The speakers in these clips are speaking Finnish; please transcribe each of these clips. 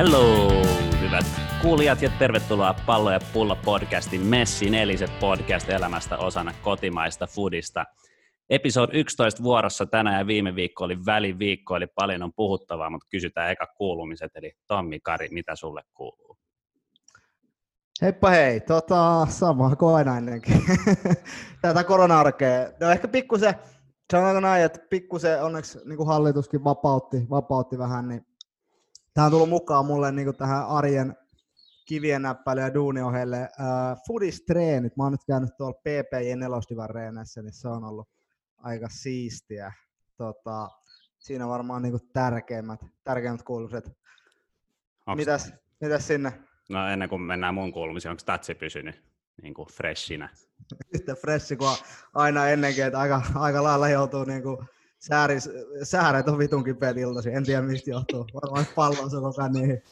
Hello, hyvät kuulijat ja tervetuloa Pallo ja Pullo podcastin Messin eliset podcast elämästä osana kotimaista foodista. Episode 11 vuorossa tänään ja viime viikko oli väliviikko, eli paljon on puhuttavaa, mutta kysytään eka kuulumiset, eli Tommi, Kari, mitä sulle kuuluu? Heippa hei, samaa kuin aina ennenkin. Tätä korona-arkea. No ehkä pikkusen, sanotaanko näin, että pikkusen onneksi niin hallituskin vapautti vähän, niin tämä on tullut mukaan mulle niin tähän arjen kivien näppäilyyn ja duuniohjeelle. Foodistreenit, mä oon nyt käynyt tuolla PPJ Nelosdivan reenessä, niin se on ollut aika siistiä. Siinä on varmaan niin tärkeimmät kuulumiset. Mitäs sinne? No ennen kuin mennään mun kuulumisiin, onko tatsi pysynyt niin kuin freshinä? Yhtä freshi kuin aina ennenkin, että aika lailla joutuu niin kuin sääret on vitunkin peliltaisin. En tiedä mistä johtuu. Varmaan pallon se koko ajan niihin.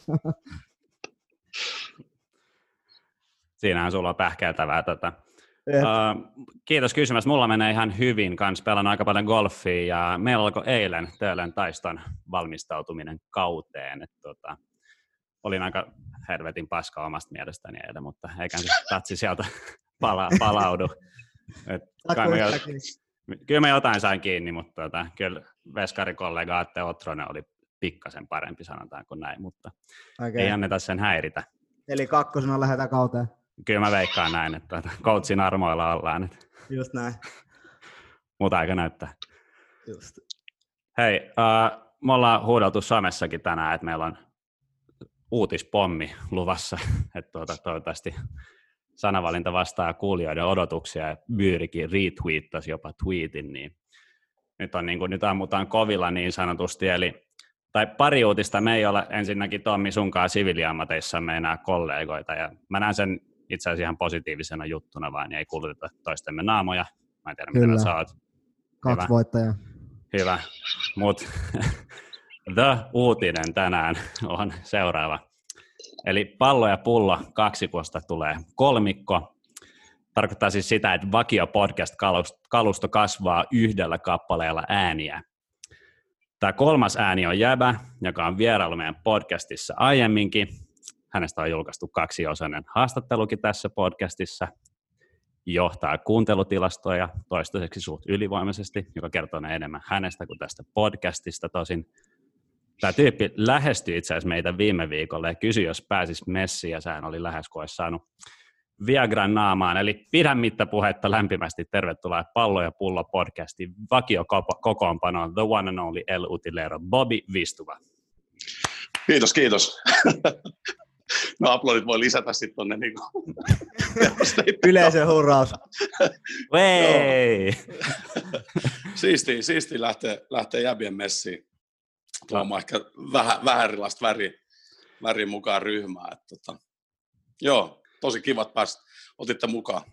Siinähän sulla on pähkäiltävää. Kiitos kysymästä. Mulla menee ihan hyvin. Kans pelan aika paljon golfia ja meillä alkoi eilen Töölön Taiston valmistautuminen kauteen. Olin aika helvetin paska omasta mielestäni eilen, mutta eiköhän se tatsi sieltä palaudu. Kyllä mä jotain sain kiinni, mutta kyllä veskarikollega Atte Otronen oli pikkasen parempi, sanotaan kuin näin, mutta ei anneta sen häiritä. Eli kakkosena lähdetään kauteen. Kyllä mä veikkaan näin, että coachin armoilla ollaan. Just näin. Mutta aika näyttää. Just. Hei, me ollaan huudeltu somessakin tänään, että meillä on uutispommi luvassa, että toivottavasti sanavalinta vastaa kuulijoiden odotuksia ja Byyrikin retweettasi jopa tweetin, niin nyt ammutaan kovilla niin sanotusti, tai pari uutista, me ei ole ensinnäkin Tommi sunkaan siviiliammateissamme enää kollegoita, ja mä näen sen itse asiassa ihan positiivisena juttuna, vaan ei kuuluteta toistemme naamoja, mä en tiedä Kyllä. mitä sä oot. 2 voittajaa. Hyvä, mutta the uutinen tänään on seuraava. Eli Pallo ja Pullo kaksikosta tulee kolmikko. Tarkoittaa siis sitä, että vakio podcast-kalusto kasvaa 1 kappaleella ääniä. Tämä 3. ääni on Jäbä, joka on vierailu meidän podcastissa aiemminkin. Hänestä on julkaistu 2-osainen haastattelukin tässä podcastissa. Johtaa kuuntelutilastoja toistaiseksi suht ylivoimaisesti, joka kertoo enemmän hänestä kuin tästä podcastista tosin. Tämä tyyppi lähestyi itse asiassa meitä viime viikolla ja kysyi, jos pääsisi messiin, ja sehän oli lähes kuin olisi saanut Viagran naamaan. Eli pidän mittapuhetta lämpimästi. Tervetuloa Pallo ja Pullo podcastin vakiokokoonpanoon The One and Only El Utilero, Bobby Vistuva. Kiitos. No aplodit voi lisätä sitten tuonne niinku Yleisön hurraus. Wey! Siisti lähtee jäbien messiin. Tuomaan ehkä vähän erilaista väriä mukaan ryhmään. Joo, tosi kivat päästä. Otitte mukaan.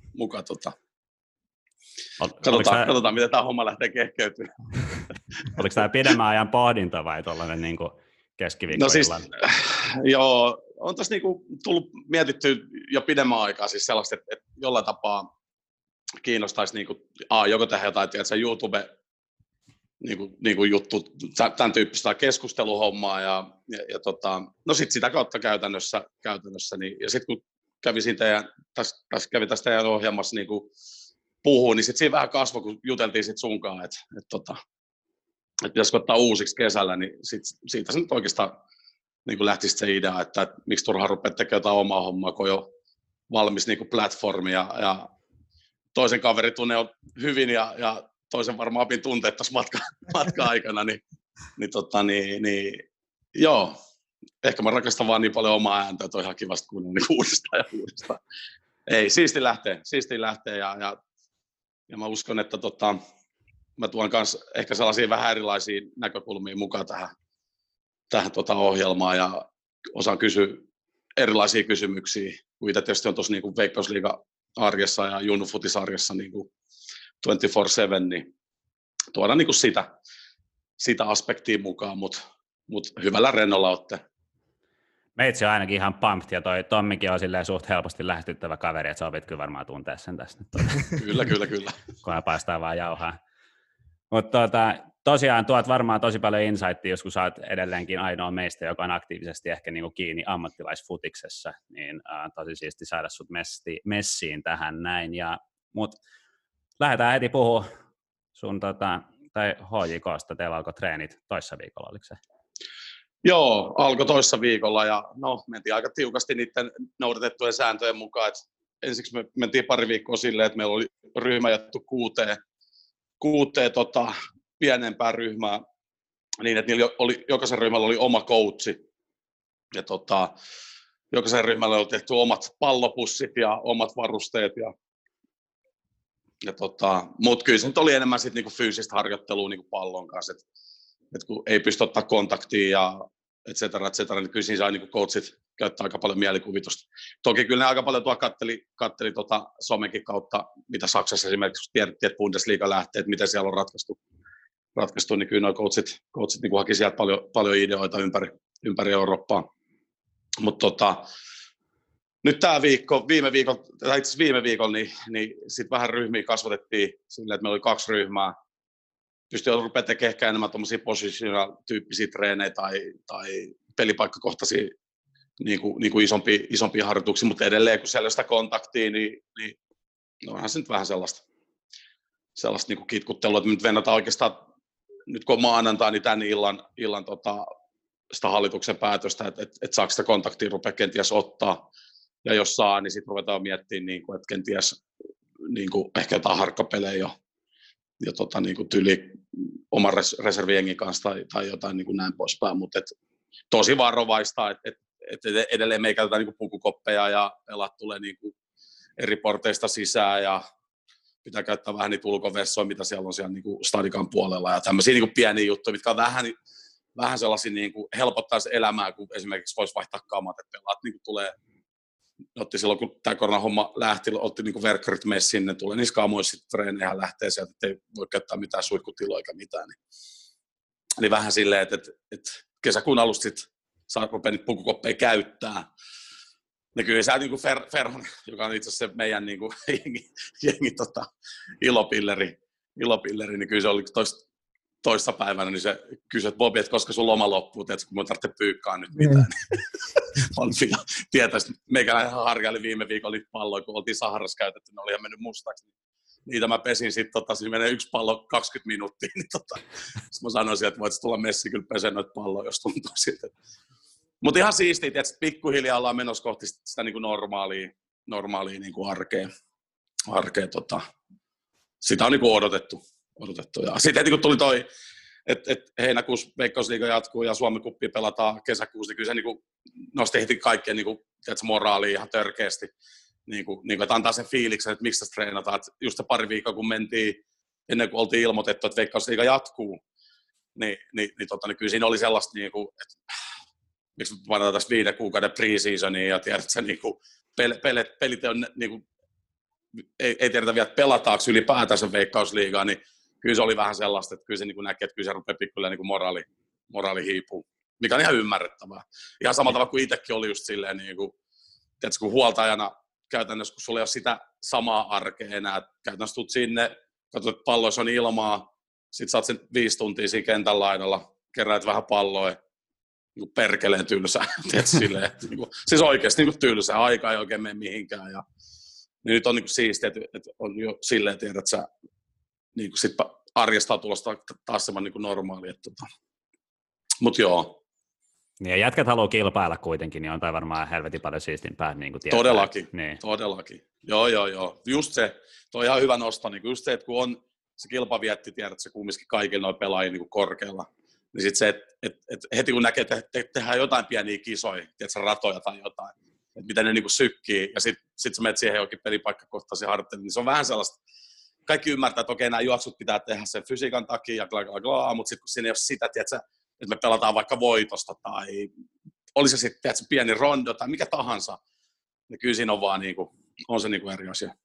Katsotaan, miten tämä homma lähtee kehkeytymään. Oliko tämä pidemmän ajan pohdinta vai tuollainen niin keskiviikkoillan? No siis, joo, on tässä niinku tullut mietitty jo pidemmän aikaa siis sellaista, että jollain tapaa kiinnostaisi niinku, joko tehdä jotain, tiedätkö, YouTube niinku juttu, tämän tyyppistä keskusteluhommaa no sitten sitä kautta käytännössä niin, ja sitten kun kävi tästä teidän ohjelmassa niinku puhua, niin sitten siinä vähän kasvoi, kun juteltiin sit sunkaan, että pitäisikö ottaa uusiksi kesällä, niin siitä se nyt oikeastaan niin lähti se idea, että miksi turhaan rupeat tekemään jotain omaa hommaa, kun on jo valmis niin platformi ja toisen kaveri tunne on hyvin ja toisen varmaan opin tunteet tuossa matka-aikana, niin joo, ehkä mä rakastan vaan niin paljon omaa ääntä, että on ihan kivasti kuunnella niin uudestaan. Ei, siisti lähtee ja mä uskon, että mä tuon kanssa ehkä sellaisia vähän erilaisia näkökulmia mukaan tähän ohjelmaan ja osaan kysyä erilaisia kysymyksiä, kun itse tietysti on tuossa niin Veikkausliiga-arjessa ja Junnufutis-arjessa niin 24/7, niin tuodaan niin sitä aspektia mukaan, mutta hyvällä rennolla olette. Meitsi on ainakin ihan pumped, ja toi Tommikin on silleen suht helposti lähestyttävä kaveri, että sä opit kyllä varmaan tuntea sen tästä. Kyllä. Kunhan päästään vaan jauhaa. Mutta tosiaan tuot varmaan tosi paljon insightia, jos kun sä oot edelleenkin ainoa meistä, joka on aktiivisesti ehkä niin kuin kiinni ammattilaisfutiksessa, niin tosi siisti saada sut messiin tähän näin. Mutta lähdetään heti puhua sun tai HJK:sta. Teillä alkoi treenit toissa viikolla, oliko se? Joo, alkoi toissa viikolla ja mentiin aika tiukasti niiden noudatettujen sääntöjen mukaan. Ensiksi me mentiin pari viikkoa silleen, että meillä oli ryhmä jaettu kuuteen pienempää ryhmää, niin että jokaisen ryhmällä oli oma coachi. Ja jokaisen ryhmällä oli tehty omat pallopussit ja omat varusteet. Mutta kyllä se nyt oli enemmän sit niinku fyysistä harjoittelua niinku pallon kanssa. Et kun ei pysty ottaa kontaktia ja et cetera, niin kyllä siinä sai niinku coachit käyttää aika paljon mielikuvitusta. Toki kyllä ne aika paljon katteli somenkin kautta, mitä Saksassa esimerkiksi tiedettiin, että Bundesliga lähtee, että miten siellä on ratkaistu, niin kyllä nuo coachit niin haki sieltä paljon ideoita ympäri Eurooppaa. Mutta nyt viime viikolla, niin sitten vähän ryhmiä kasvatettiin silleen, että meillä oli 2 ryhmää. Pystyi rupeaa tekemään ehkä enemmän tuommoisia positional-tyyppisiä treenejä tai pelipaikkakohtaisia niin kuin isompia harjoituksia, mutta edelleen kun siellä on sitä kontaktia, niin onhan se nyt vähän sellaista niin kuin kitkuttelua, että me nyt vennataan oikeastaan, nyt kun on maanantai, niin tämän illan sitä hallituksen päätöstä, että saako sitä kontaktia rupea kenties ottaa, ja jos saa, niin sitten ruvetaan miettimään, niin kuin, että kenties niin kuin ehkä jotain harkkapelejä jo niin kuin tyyli oman reserviengin kanssa tai jotain niin kuin näin poispäin, mutta tosi varovaista, että edelleen me ei käytetä niin kuin pukukoppeja ja pelat tulee niin kuin eri porteista sisään ja pitää käyttää vähän niitä ulkovessoja, mitä siellä on siellä niin kuin stadikan puolella ja tämmöisiä niin kuin pieniä juttuja, mitkä on vähän sellaisia niin kuin helpottaa se elämää, kun esimerkiksi voisi vaihtaa kamat, että pelaat niin kuin tulee, otti silloin kun tämä koronahomma lähti, otti niin kuin verkkarit messiin, ne tulee niissä kaamoissa sitten treenejä lähtee sieltä, että ei voi käyttää mitään suihkutiloja eikä mitään, niin vähän silleen, että kesäkuun alusta sitten saa rupea niitä pukukoppeja käyttää. Ja kyllä se niin kuin Ferhan, joka on itse asiassa meidän niin kuin jengi ilopilleri, niin kyllä se oli toissa päivänä, niin se kysyi, että Bobi, että koska sun loma loppuu, kun mun tarvitsee pyykkaa nyt mitään. On vielä tietäisi, meikäläinen harjaili viime viikolla niitä palloja, kun oltiin Saharassa käytetty, ne oli ihan mennyt mustaksi. Niitä mä pesin sitten, siinä menee yksi pallo 20 minuuttia, niin sitten mä sanoisin, että voit tulla messiin kyllä peseen noita palloja, jos tuntuu sitten. Mutta ihan siistiä, että pikkuhiljaa ollaan menossa kohti sitä niin kuin normaalia niin kuin arkea. Sitä on niin kuin odotettu. Ja sitten heti kun tuli toi, että heinäkuussa Veikkausliiga jatkuu ja Suomen kuppi pelataan kesäkuussa, niin kyllä se niin kuin nosti heti kaikkeen niin kuin, moraalia ihan törkeästi. Niin kuin, että antaa sen fiiliksen, että miksi tässä treenataan. Että just se pari viikkoa, kun mentiin, ennen kuin oltiin ilmoitettu, että Veikkausliiga jatkuu, niin kyllä siinä oli sellaista, niin kuin, että miksi me pannaan tässä 5 kuukauden pre-seasonia ja tiedät, että niin kuin, pelit on, niin kuin, ei tiedetä vielä, että pelataanko ylipäätänsä Veikkausliigaa, niin kyllä se oli vähän sellaista, että kyllä se niin kuin näkee, että kyllä se rupeaa pikkuilleen niin moraali hiipuu, mikä on ihan ymmärrettävää. Ihan samalla tavalla kuin itsekin oli just silleen, niin kuin, tiedätkö, kun huoltajana käytännössä, kun sulla ei ole sitä samaa arkea enää, käytännössä tulet sinne, katsot, että palloissa on ilmaa, sit saat sen 5 tuntia siinä kentän laidalla, keräät vähän palloa, niin perkeleen tylsää, silleen, niin kuin, siis oikeasti niin tylsää, aika ei oikein mene mihinkään. Ja, niin nyt on niin siistiä, että on jo silleen, tiedät, että sä niin sit arjesta on tulosta taas semmoinen niin normaali. Mutta joo. Niin ja jätkät haluaa kilpailla kuitenkin, niin on toi varmaan helvetin paljon siistimpää. Niin kuin tietää. Todellakin. Joo. Just se, toi on ihan hyvä nosto, niin just se, että kun on se kilpavietti, tiedät, että se kumminkin kaikilla noin pelaajia niin korkealla, niin sitten se, että heti kun näkee, että tehdään jotain pieniä kisoja, tiedätkö, ratoja tai jotain, että miten ne niinku sykkii, ja sitten sä menet siihen johonkin pelipaikkakohtaisiin harjoittelemaan, niin se on vähän sellaista, kaikki ymmärtää, että okei, nämä juoksut pitää tehdä sen fysiikan takia, ja mutta sitten kun siinä ei ole sitä, tiedätkö, että me pelataan vaikka voitosta, tai oli se sitten, tiedätkö, pieni rondo, tai mikä tahansa, niin kyllä siinä on vaan niinku, on se niinku eri asia.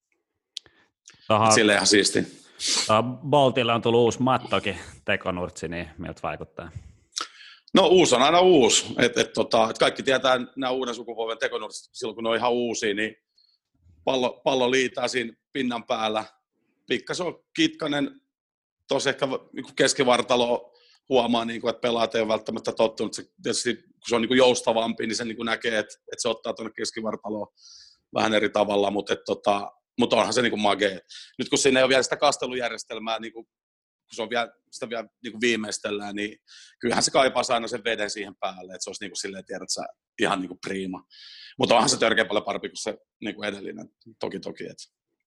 Silleen ihan siistiä. Boltille on tullut uusi mattokin, tekonurtsi, niin miltä vaikuttaa? No uusi on aina uusi. Et kaikki tietää nämä uuden sukupolven tekonurtsit, silloin kun ne on ihan uusia, niin pallo liitää siinä pinnan päällä. Pikkasen on kitkainen tuossa ehkä niin keskivartalo huomaa, niin kuin, että pelaat ei ole välttämättä tottunut. Tietysti kun se on niin kuin joustavampi, niin se niin kuin näkee, että se ottaa tuonne keskivartaloon vähän eri tavalla, mutta onhan se niin kuin magee. Nyt kun siinä ei ole vielä sitä kastelujärjestelmää, niin kuin, kun se on sitä vielä niin kuin viimeistellään, niin kyllähän se kaipaisi aina sen veden siihen päälle, että se olisi niin kuin silleen, tiedät sä, ihan niin kuin priima. Mutta onhan se törkeä paljon parempi kuin se niin kuin edellinen, toki, että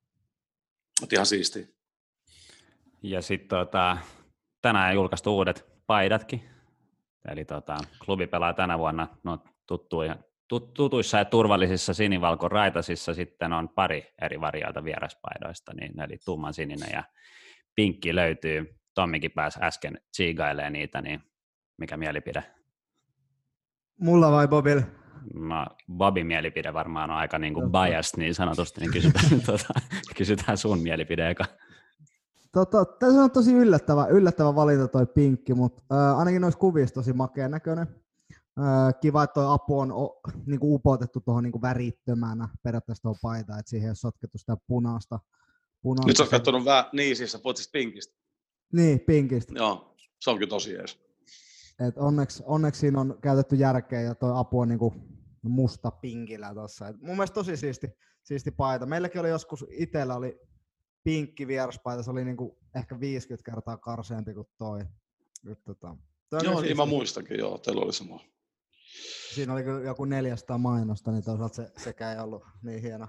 ihan siistiä. Ja sitten tänään julkaistu uudet paidatkin, eli klubi pelaa tänä vuonna tutuissa ja turvallisissa sinivalkoraitasissa, sitten on pari eri variaata vieraspaidoista, niin, eli tummansininen ja pinkki löytyy. Tommikin pääsi äsken tsiigailemaan niitä, niin mikä mielipide? Mulla vai Bobil? No, Bobin mielipide varmaan on aika niin kuin biased niin sanotusti, niin kysytään sun mielipide eka. Tässä on tosi yllättävä valinta toi pinkki, mutta ainakin noissa kuvissa tosi makea näköinen. Kiva, että toi apu on niinku upotettu tuohon niinku värittömänä periaatteessa tuohon paitaan, että siihen ei ole sotkettu sitä punaista. Nyt sä oot kattonut niin siis sä puhut siis pinkistä. Niin, pinkistä. Joo, se on kyllä tosi jees. Et onneksi siinä on käytetty järkeä ja toi apu on niinku musta pinkillä tossa. Et mun mielestä tosi siisti paita. Meilläkin oli joskus itsellä oli pinkki vieraspaita, se oli niinku ehkä 50 kertaa karseempi kuin toi. Joo, niin mä muistankin, joo, teillä oli sama. Siinä oli joku 400 mainosta, niin toisaalta sekään ei ollut niin hieno.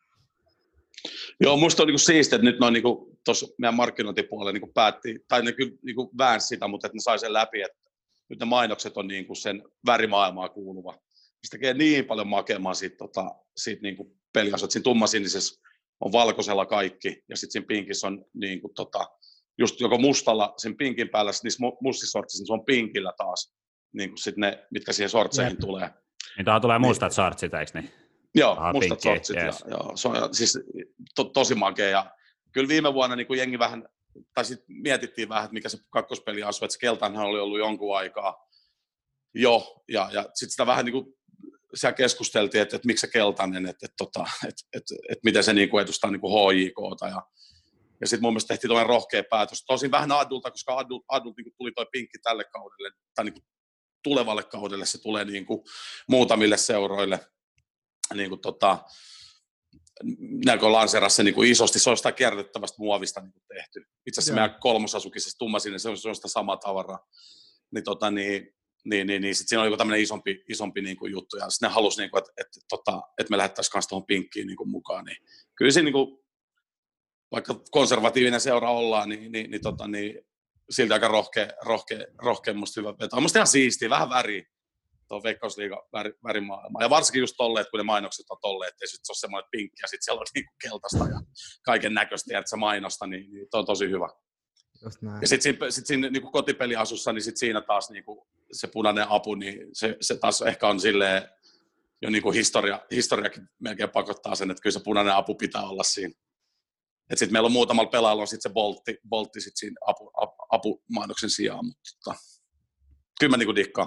Joo, musta on niinku siistiä, että nyt noin niinku tuossa meidän markkinointipuolella niinku päätti, tai ne kyllä niinku väänsi sitä, mutta että ne sai sen läpi, että nyt ne mainokset on niinku sen värimaailmaa kuuluva. Se tekee niin paljon makeamaa siitä niinku peliasut. Siinä tummansinisessä on valkoisella kaikki, ja sitten siinä pinkissä on niinku just joko mustalla sen pinkin päällä, niissä mustissa sortsissa, niin se on pinkillä taas, niinku sit ne, mitkä siihen sortseihin tulee. Niin tuohon tulee mustat sortsit, eikö niin? Joo, mustat sortsit, yes. Joo, se on siis tosi makea, ja kyllä viime vuonna niin jengi vähän, tai sitten mietittiin vähän, että mikä se kakkospeli asui, että se keltainhan oli ollut jonkun aikaa jo, ja sitten sitä vähän niin kuin siellä keskusteltiin, että miksi se keltainen, että miten se niin kuin edustaa niin kuin HJK:ta, ja sitten mun mielestä tehtiin tuollainen rohkea päätös. Tosin vähän adulta, koska adult niin tuli toi pinkki tälle kaudelle, tai niin kuin tulevalle kaudelle se tulee niin kuin muutamille seuroille, niin kuin näkö lanseerasi se niin kuin isosti, se on sitä kierrätettävästä muovista niin kuin tehty. Itse asiassa meidän kolmosasukisessa tummasinen, se on sitä samaa tavaraa. Niin sitten siinä oli joku tämmöinen isompi niin kuin juttu, ja sitten ne halusi, niin kuin, että me lähettäisiin myös tuohon pinkkiin niin kuin mukaan. Niin kyllä siinä, niin kuin, vaikka konservatiivinen seura ollaan, niin silti aika rohkea musta hyvä veto. On musta ihan siistiä, vähän väriä. Tuo Veikkausliigan värimaailma. Ja varsinkin just tolleen, kun ne mainokset on tolleen, ettei se ole semmoinen pinkki ja sitten siellä on niinku keltaista ja kaiken näköistä, että se mainosta, niin tuo on tosi hyvä. Ja sitten siinä niinku kotipeliasussa, niin sit siinä taas niinku se punainen apu, niin se taas ehkä on silleen, jo niinku historiakin melkein pakottaa sen, että kyllä se punainen apu pitää olla siinä. Että sitten meillä on muutamalla pelaajalla on sitten se boltti sit siinä apumainoksen sijaan, mutta kyllä mä niinku dikkaan.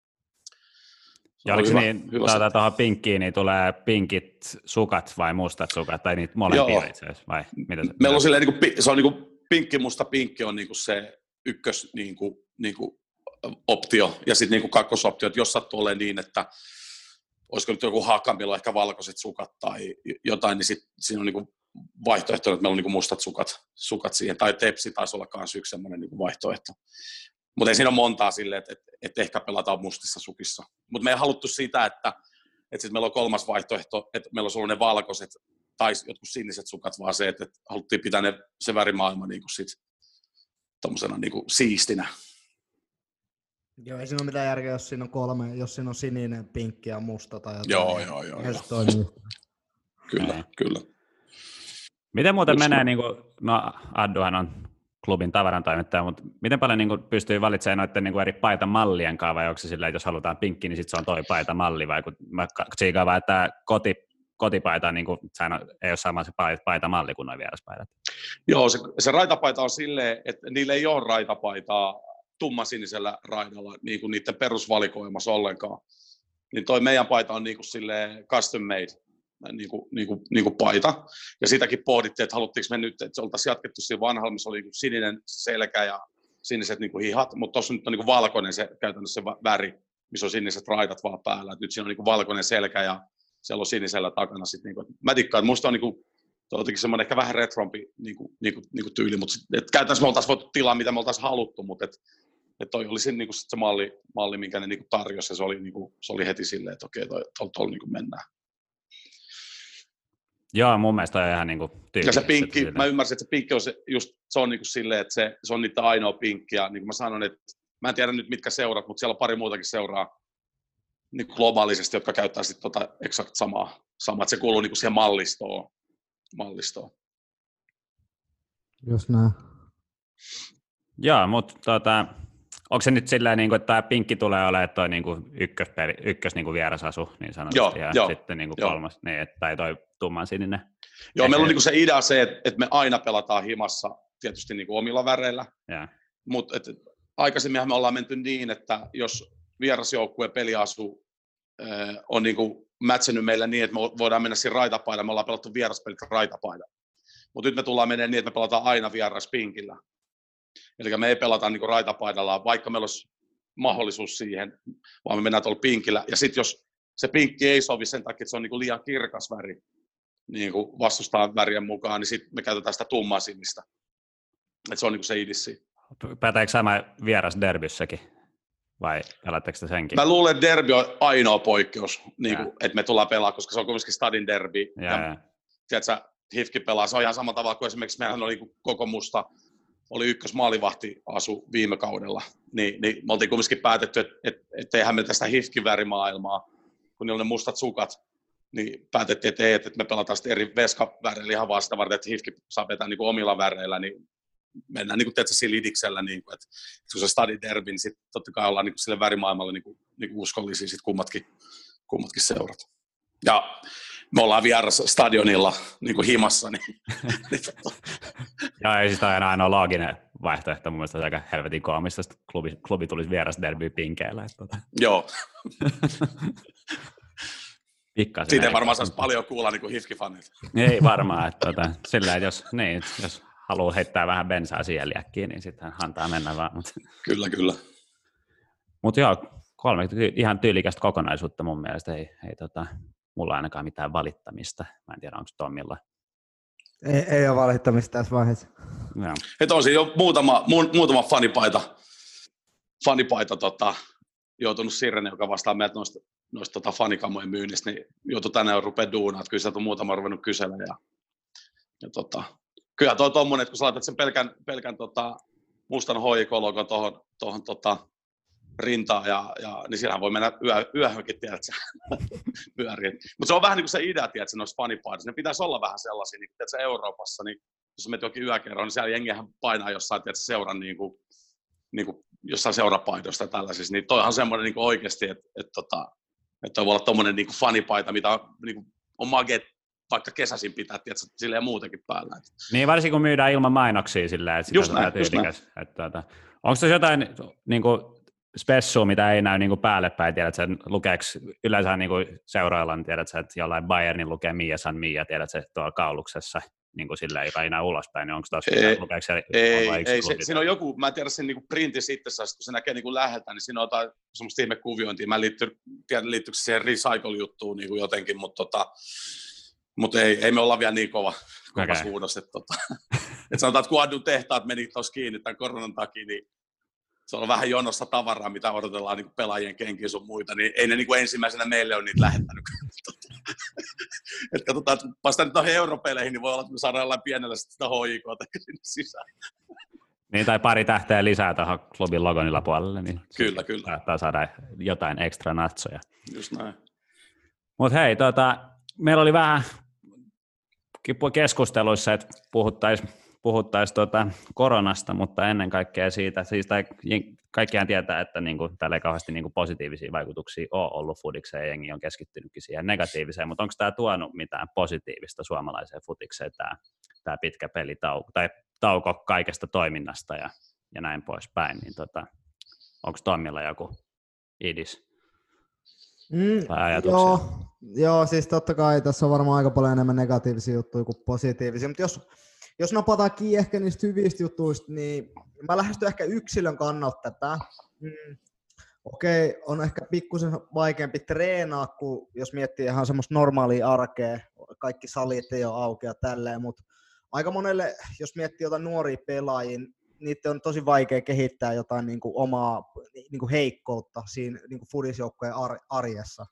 Ja oliko niin, tuohon pinkkiin, niin tulee pinkit sukat vai mustat sukat, tai niitä molempia itse asiassa, vai mitä? Meillä on silleen, se on niinku pinkki, musta pinkki on niinku se ykkös niinku optio, ja sitten niinku kakkosoptio, että jos sattuu olemaan niin, että olisiko nyt joku haka, meillä on ehkä valkoiset sukat tai jotain, niin sitten siinä on niinku vaihtoehto, että meillä on niinku mustat sukat siihen, tai tepsi taisi olla myös yksi semmoinen niinku vaihtoehto. Mutta ei siinä ole montaa silleen, että ehkä pelataan mustissa sukissa. Mutta me ei haluttu sitä, että sit meillä on kolmas vaihtoehto, että meillä olisi ollut ne valkoiset tai jotkut siniset sukat, vaan se, että haluttiin pitää se värimaailma niinku sit tommosena niinku siistinä. Joo, ei siinä ole mitään järkeä, jos siinä on kolme, jos siinä on sininen, pinkki ja musta tai jotain. Joo. Kyllä. Miten muuten menee, niin kuin, no Adduhan on klubin tavarantoimittaja, mutta miten paljon niin kuin, pystyy valitsemaan noiden niin kuin, eri paitamallien kanssa, vai onko se sillä, että jos halutaan pinkki, niin sitten se on toi paitamalli, vai kun mä tsiikaan vaan, että kotipaita niin kuin, ei ole sama se paitamalli kuin nuo vieraspaidat? Joo, se raitapaita on silleen, että niillä ei ole raitapaitaa tummansinisellä raidalla niin kuin niiden perusvalikoimassa ollenkaan. Niin toi meidän paita on niin kuin silleen custom made. niin kuin paita. Ja sitäkin pohdittiin, että haluttiinko me nyt, että se oltaisiin jatkettu siinä vanhalla, missä oli niin sininen selkä ja siniset niin kuin hihat, mutta tuossa nyt on niin kuin valkoinen se käytännössä se väri, missä on siniset raidat vaan päällä. Et nyt siinä on niin kuin valkoinen selkä ja siellä on sinisellä takana sitten. Niin kuin, mä tikkaan, että musta on niin kuin, jotenkin semmoinen ehkä vähän retrompi niin kuin tyyli, mutta käytännössä me oltaisiin voitu tilaa, mitä me oltaisiin haluttu, mutta että toi oli niin kuin se malli, minkä ne niin kuin tarjosi, ja se oli heti silleen, että okei, tuolla niin kuin mennään. Joo, mun mielestä on ihan niin kuin tyylikäs. Ja se pinkki, mä ymmärsin, että se pinkki on se on niin kuin silleen, että se on niitä ainoa pinkki, ja niin kuin mä sanon, että mä en tiedä nyt mitkä seurat, mutta siellä on pari muutakin seuraa niin kuin globaalisesti, jotka käyttää sitten exakt samaa, että se kuuluu niin kuin siihen mallistoon. Just näin. Joo, mutta onko se nyt silleen, niin kuin, että tämä pinkki tulee olemaan toi niin kuin ykkös niin kuin vierasasu, niin sanotusti, ja sitten niin kuin kolmas, niin, että tai toi tumman sininen. Joo, meillä on niin kuin se idea se, että me aina pelataan himassa tietysti niin kuin omilla väreillä, mutta aikaisemminhan me ollaan menty niin, että jos vierasjoukkueen peliasu on niin kuin mätsennyt meille niin, että me voidaan mennä siinä raitapaidalla, me ollaan pelattu vieraspelit raitapaidalla. Mutta nyt me tullaan menemään niin, että me pelataan aina vieraspinkillä. Eli me ei pelata niin kuin raitapaidalla, vaikka meillä olisi mahdollisuus siihen, vaan me mennään tuolla pinkillä. Ja sitten jos se pinkki ei sovi sen takia, että se on niin kuin liian kirkas väri niin kuin vastustaa värien mukaan, niin sitten me käytetään sitä tummaa sinistä. Että se on niin kuin se idissi. Päätääkö sama vieras derbyssäkin? Vai pelatteko te senkin? Mä luulen, että derby on ainoa poikkeus, niin kuin, että me tullaan pelaamaan, koska se on kuitenkin stadin derby. Tiedätkö, HIFK pelaa, se on ihan sama tavalla kuin esimerkiksi meidän oli koko musta, oli ykkösmaalivahti-asu viime kaudella, niin me oltiin kuitenkin päätetty, että eihän me tästä HIFKin värimaailmaa, kun niillä on ne mustat sukat, niin päätettiin, että me pelataan sitten eri veskaväreillä ihan vaan sitä varten, että HIFK saa vetää niin kuin omilla väreillä, niin mennään niin kuin teetä sillä idiksellä, niin kuin, että kun se on stadin derby, niin sitten totta kai ollaan niin kuin sille värimaailmalle niin kuin uskollisia sit kummatkin seurat. Ja me ollaan vieras stadionilla niin kuin himassa. Joo, ei siis tämä on ainoa looginen vaihtoehto. Mun mielestä on aika helvetin koomista, että klubi tulisi vieras derby pinkeillä. Joo. Siitä ei varmaan saisi niin. paljon kuulla niin kuin HIFK-fanit. Ei varmaan. Että sillä, jos haluaa heittää vähän bensaa siihen liäkkiin, niin sitten antaa mennä vaan. Kyllä. Mutta joo, 3 ihan tyylikästä kokonaisuutta mun mielestä. Ei mulla ainakaan mitään valittamista. Mä en tiedä, onko Tommilla. Ei ole valittamista tässä vaiheessa. No. Että on siinä jo muutama fanipaita joutunut Sirene, joka vastaa meiltä noista fanikamojen myynnistä, niin joutui tänään rupeaa duunaan. Että kyllä sieltä on muutama ruvennut kyselemään. Kyllä tuo tommonen, että kun sä laitat sen pelkän mustan HJK-logon tuohon rintaa, niin siinähän voi mennä yöhönkin, tiedätkö, pyöriin. Mutta se on vähän niin kuin se idea, tiedätkö, noissa fanipaidoissa. Ne pitäisi olla vähän sellaisia, niin tiedätkö, Euroopassa, niin jos menet jokin yökerroon, niin siellä jengihän painaa jossain, tiedätkö, seuran niin kuin jossain seurapaidosta tällaisissa. Niin toihan semmoinen niin kuin oikeasti, että voi olla tommoinen niin kuin fanipaita, mitä niin kuin on maget vaikka kesäisin pitää, tiedätkö, silleen muutenkin päällä. Niin, varsinkin kun myydään ilman mainoksia silleen, että just näin. Onko tässä jotain niin kuin spessua, mitä ei näy niin kuin päälle päin, tiedätkö, lukeeko yleensä niin kuin seuroilla, niin tiedätkö, että jollain Bayernin lukee Mia San Mia, tiedätkö, tuolla kauluksessa, niin kuin silleen, joka ei näy ulospäin, niin onko tuossa, lukeeko se? Ei, siinä on joku, mä en tiedä sen niin printissä itsessään, kun se näkee niin läheltä, niin siinä on jotain semmoista ihmekuviointia, mä en tiedä liittyykö se siihen recycle-juttuun niin jotenkin, mutta ei me olla vielä niin kovassa huudossa, että sanotaan, että kun Adun tehtaat meni tuossa kiinni tämän koronan takia, niin se on vähän jonossa tavaraa, mitä odotellaan niin pelaajien kenkiä sun muita, niin ei ne niin ensimmäisenä meille ole niitä lähettänyt. Että katsotaan, että vasta nyt noihin europeleihin, niin voi olla, että me saadaan jollain pienellä sitä HJK:ta sinne sisään. Niin, tai pari tähteä lisää tuohon klubin logonilla puolelle, niin kyllä. Saattaa saada jotain ekstra natsoja. Just näin. Mutta hei, meillä oli vähän keskusteluissa, että puhuttaisiin koronasta, mutta ennen kaikkea siitä, siis kaikkiaan tietää, että niinku, täällä ei kauheasti niinku positiivisia vaikutuksia ole ollut futikseen, ja jengi on keskittynytkin siihen negatiiviseen, mutta onko tämä tuonut mitään positiivista suomalaiseen futikseen, tämä pitkä pelitauko, tai tauko kaikesta toiminnasta ja näin poispäin, niin onko Tommilla joku idis? tai ajatuksia? Joo, siis totta kai tässä on varmaan aika paljon enemmän negatiivisia juttuja kuin positiivisia, mutta jos napataan kiinni ehkä niistä hyvistä jutuista, niin mä lähestyn ehkä yksilön kannalta tätä. Okei, on ehkä pikkusen vaikeampi treenaa, kuin jos miettii ihan semmoista normaalia arkea, kaikki salit ei ole auki ja tälleen, mutta aika monelle, jos miettii jotain nuoria pelaajia, niiden on tosi vaikea kehittää jotain niin kuin omaa niin kuin heikkoutta siinä niin kuin fudisjoukkojen arjessa.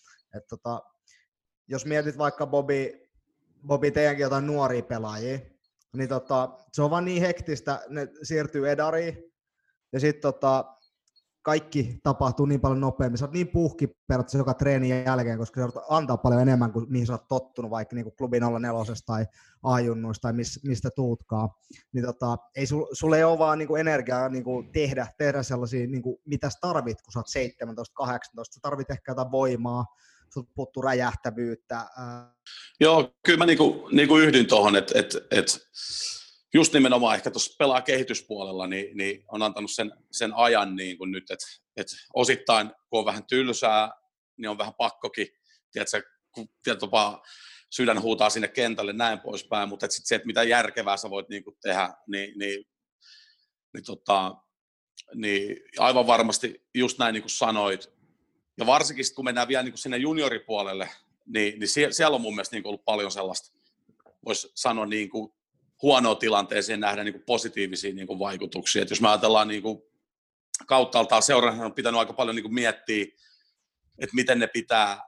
Jos mietit vaikka Bobby teidänkin jotain nuoria pelaajia, niin se on vaan niin hektistä, ne siirtyy edariin, ja sitten kaikki tapahtuu niin paljon nopeammin. Sä oot niin puhki periaatteessa joka treenin jälkeen, koska sä antaa paljon enemmän kuin mihin sä oot tottunut, vaikka niin kuin klubi 04 tai A-junnuista tai mistä tuutkaan. Niin ei sulle ei ole vaan niin kuin energiaa niin kuin tehdä sellaisia, niin kuin, mitä sä tarvit, kun sä oot 17-18. Sä tarvit ehkä jotain voimaa, sulta puuttuu räjähtävyyttä. Joo, kyllä mä niinku yhdyn tuohon, että just nimenomaan ehkä tuossa pelaa kehityspuolella, niin on antanut sen ajan niin kuin nyt, että osittain kun on vähän tylsää, niin on vähän pakkokin, tiedätkö, kun tietopaa sydän huutaa sinne kentälle näin poispäin, mutta sitten se, että mitä järkevää sä voit niin kuin tehdä, niin aivan varmasti just näin niin kuin sanoit. Ja varsinkin kun mennään vielä niin kuin sinne junioripuolelle, niin siellä on mun mielestä niin kuin ollut paljon sellaista, voisi sanoa niin kuin huonoa tilanteeseen nähdä niin kuin positiivisia niin kuin vaikutuksia. Et jos me ajatellaan niin kuin kauttaaltaan, seuraajan on pitänyt aika paljon niin kuin miettiä, että miten ne pitää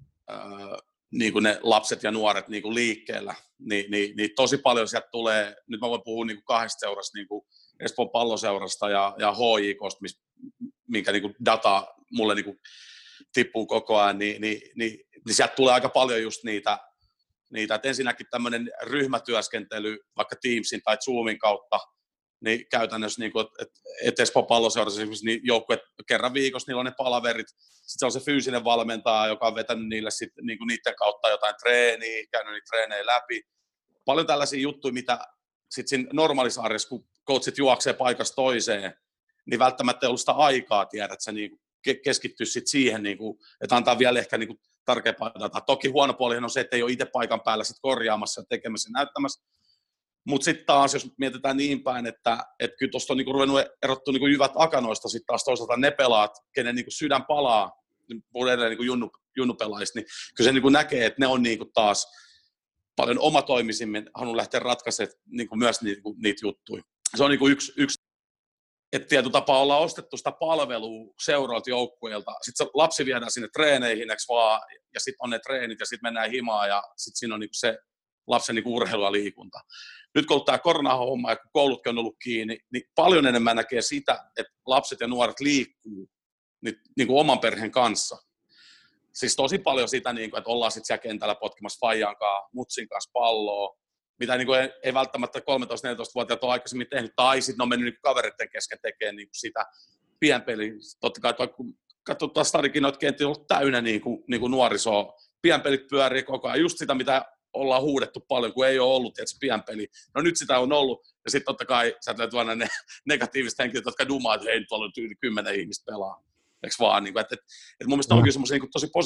niin kuin ne lapset ja nuoret niin kuin liikkeellä, niin tosi paljon sieltä tulee, nyt mä voin puhua niin kuin kahdesta seurasta, niin kuin Espoon Palloseurasta ja HJK:sta, minkä niin kuin data mulle niin kuin tippuu koko ajan, niin sieltä tulee aika paljon just niitä, että ensinnäkin tämmöinen ryhmätyöskentely vaikka Teamsin tai Zoomin kautta, niin käytännössä, niin että Espoon Palloseurassa esimerkiksi niin joukkueet kerran viikossa, niillä on ne palaverit, sitten se on se fyysinen valmentaja, joka on vetänyt niille sitten niin kuin niiden kautta jotain treeniä, käynyt niitä treenejä läpi. Paljon tällaisia juttuja, mitä sitten siinä normaalissa arjessa, kun coachit juoksee paikasta toiseen, niin välttämättä ei ollut sitä aikaa, tiedät sä, niin keskittyä sitten siihen, niin kuin, että antaa vielä ehkä niin kuin tarkempaa dataa. Toki huono puolihan on se, että ei ole itse paikan päällä sit korjaamassa, tekemässä ja näyttämässä. Mutta sitten taas, jos mietitään niin päin, että kyllä tuosta on niinku ruvennut erottua niinku jyvät akanoista, sitten taas toisaalta ne pelaat, kenen niinku sydän palaa, puhun edelleen niinku junnupelaajista, niin kyllä se niinku näkee, että ne on niinku taas paljon omatoimisimmin halunnut lähteä ratkaisemaan niinku myös niitä juttuja. Se on niinku yksi että tietyllä tapaa ollaan ostettu sitä palvelua seuraalta joukkueelta. Sitten se lapsi viedään sinne treeneihin, vaan, ja sitten on ne treenit, ja sitten mennään himaan, ja sitten siinä on niinku se lapsen niinku urheilu ja liikunta. Nyt kun on tämä koronahomma, ja kun koulutkin on ollut kiinni, niin paljon enemmän näkee sitä, että lapset ja nuoret liikkuu niinku oman perheen kanssa. Siis tosi paljon sitä, että ollaan sitten siellä kentällä potkimassa faijan kanssa, mutsin kanssa palloa, mitä niin kuin ei välttämättä 13-14-vuotiaat ole aikaisemmin tehnyt, tai sitten on mennyt niin kavereiden kesken tekemään niin sitä pienpeliä. Totta kai, kun katsotaan stadikin, noita kenttiä on ollut täynnä niin kuin nuorisoa. Pienpelit pyörii koko ajan, just sitä, mitä ollaan huudettu paljon, kun ei ole ollut että pienpeli. No nyt sitä on ollut, ja sitten totta kai sä tulee tuoda ne negatiiviset henkilöt, jotka dumaa, että hei, nyt on yli 10 ihmistä pelaa. Eikö vaan? Niin että mun mielestä on kyllä semmoisia niin tosi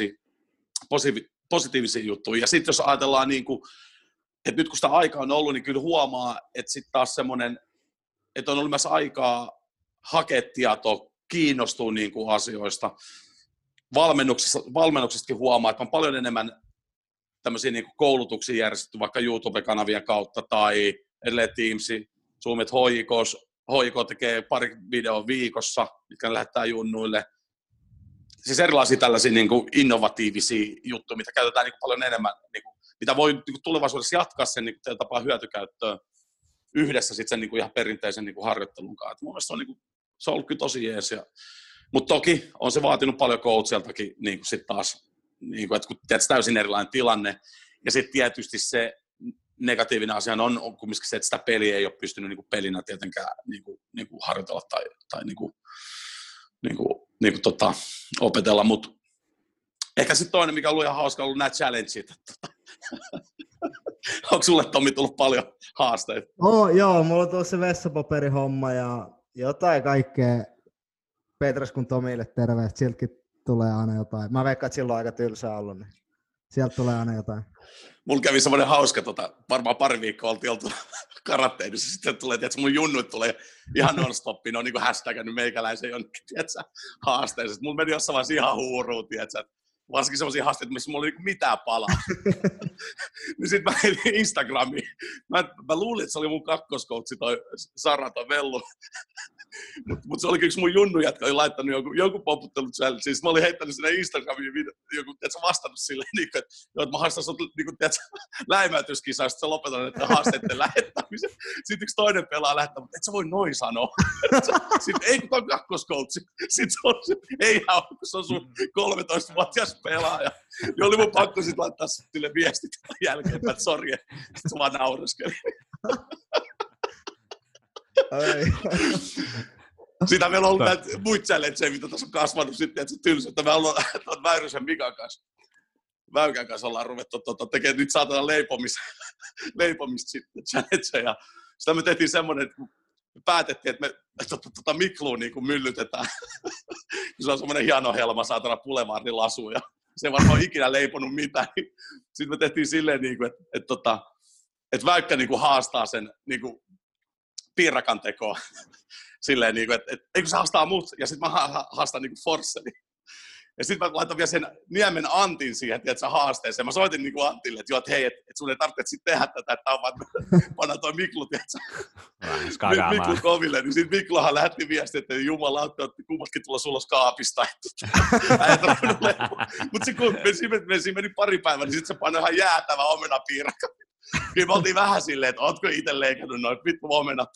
positiivisia juttuja. Ja sitten jos ajatellaan niin kuin, että nyt kun sitä aikaa on ollut, niin kyllä huomaa, että sitten taas semmoinen, että on ollut myös aikaa hakea tietoa, kiinnostua niin kuin asioista. Valmennuksestakin huomaa, että on paljon enemmän tämmöisiä niin kuin koulutuksia järjestetty vaikka YouTube-kanavien kautta tai edelleen Teamsi, Zoomit HJK tekee pari videoa viikossa, mitkä lähettää junnuille. Siis erilaisia tällaisia niin kuin innovatiivisia juttuja, mitä käytetään niin kuin paljon enemmän, niin kuin, mitä voi niin kuin tulevaisuudessa jatkaa sen niin kuin tapaa hyötykäyttöön yhdessä sitten sen niin kuin ihan perinteisen niin kuin harjoittelun kanssa. Mun mielestä se on ollut kyllä tosi jees. Mutta toki on se vaatinut paljon coachiltakin niin kuin sit taas, niin kuin, että kun tiedät, täysin erilainen tilanne. Ja sitten tietysti se negatiivinen asia on kumminkin se, että sitä peliä ei ole pystynyt niin kuin pelinä tietenkään niin kuin harjoitella tai opetella, mutta ehkä sitten toinen, mikä on ollut ihan hauska, on ollut nämä challengeit. Onko sulle, Tommi, tullut paljon haasteita? Joo, mulla on tullut se vessapaperihomma ja jotain kaikkea. Petras kun Tomille terveet, silläkin tulee aina jotain. Mä veikkaan, että silloin on aika tylsää ollut, niin sieltä tulee aina jotain. Mulla kävi semmoinen hauska, varmaan pari viikkoa oltiin oltu karatteidissa, sitten tulee, tiedätkö, mun junnut tulee ihan non-stoppiin, ne on niin kuin hashtagannut meikäläisen jonnekin, tiedätkö, haasteeseen. Mulla meni jossain vaiheessa ihan huuruun, tiedätkö, varsinkin semmoisia haasteita, missä mulla oli niin mitään palaa. Niin sit mä heitin Instagramiin. Mä luulin, että se oli mun kakkoskoutsi toi Sara, toi Vellu. Mut se olikin yksi mun junnujätkä, oli laittanut jonkun poputtelut siellä. Siis mä olin heittänyt sinne Instagramiin joku, tiedätkö, vastannut silleen, niin kuin, että mä haastan sut niin läimäytyskisaan, sitten lopetan, että haasteiden lähettämisen. Sitten yksi toinen pelaa lähettää, mutta et sä voi noin sanoa. Sitten ei kun toi kakkoskoutsi. Sitten se on se, ei kun se on sun 13-vuotias pelaaja. Niin oli mun pakko sitten laittaa sille viestit jälkeenpäin, että sori, sitten se vaan naureskeli. Sitä meillä on ollut näitä muita challengeja, mitä tässä on kasvanut sitten, että se tylsä, että me ollaan tuon Väyrysen Mikan kanssa, Väykän kanssa ollaan ruvettu tekemään nyt saatana leipomista sitten challengeja. Sitä me tehtiin semmoinen, että päätettiin, että me Mikluun niin kuin myllytetään. Se on semmoinen hieno helma, saatana Boulevardin lasu ja se ei varmaan ikinä leiponut mitään. Sitten me tehtiin silleen, että Väykkä niin kuin haastaa sen niin kuin piirakan tekoa. Silleen, niin kuin, että eikö se haastaa mut, ja sitten mä haastan niin kuin Forsseli. Ja sitten mä laitan vielä sen Niemen Antin siihen, tiedätkö, haasteeseen. Mä soitin niin kuin Antille, että joo, että hei, että sun ei tarvitse sitten tehdä tätä, että tää on vaan, panna toi Miklu, tiedätkö, Miklu koville. Niin sitten Mikluhan lähetti viestiä, että jumalauta, että kummatkin tulla sulos kaapista. Mutta kun me meni pari päivää, niin sitten se painoi ihan jäätävä omenapiirakka. Niin me oltiin vähän silleen, että ootko itse leikannut noin vittu omenat.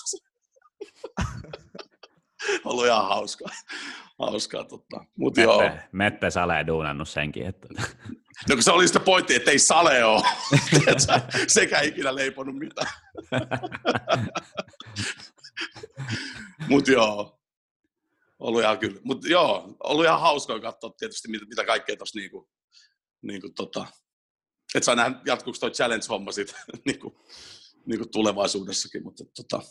Ollut ihan hauskaa. Mut Meppe Sale duunannut senkin. Että... No kun se oli sitä pointti, että ei Sale ole. Sekä ikinä leiponut mitään. Mut joo. Ollut ihan kyllä. Mut joo, ollut ihan hauskaa katsoa tietysti mitä kaikkea tossa että saa nähdä, jatkuuko toi challenge-homma sit niinku tulevaisuudessakin, mutta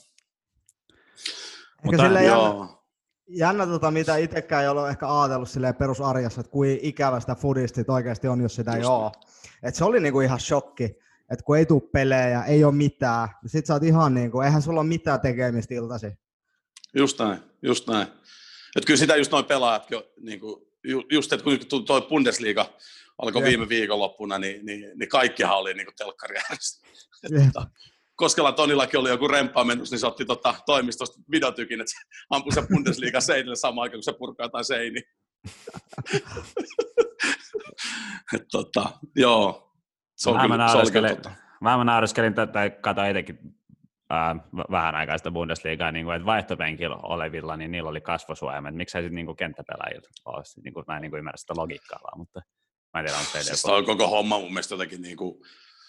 Mutta jännä mitä itsekään ei ole ehkä ajatellut silleen perusarjassa, että kuin ikävä sitä foodistit oikeasti on, jos sitä ei ole. Että se oli niinku ihan shokki, että kun ei tule pelejä, ei ole mitään, niin sit sä oot ihan niinku, eihän sulla ole mitään tekemistä iltasi. Just näin. Että kyllä sitä just noin pelaajatkin, niinku, just että kun toi Bundesliga alkoi viime viikonloppuna, niin kaikkihan oli niinku telkkariääressä. Koskelan Tonillakin oli joku remppaa menossa, niin se otti toimistosta videotykin, että se ampui se Bundesliga seinille samaan aikaan, kun se purkaa jotain seiniä. Joo. Se on mä nauriskelin tai katsoin itsekin vähän aikaa sitä Bundesligaa, niin kuin, että vaihtopenkillä olevilla, niin niillä oli kasvosuojamat. Miksei sitten niin kenttäpelaajilla ole? Niin mä en ymmärrä sitä logiikkaa vaan, mutta mä en tiedä, onko teille on koko homma mun mielestä jotenkin niin kuin...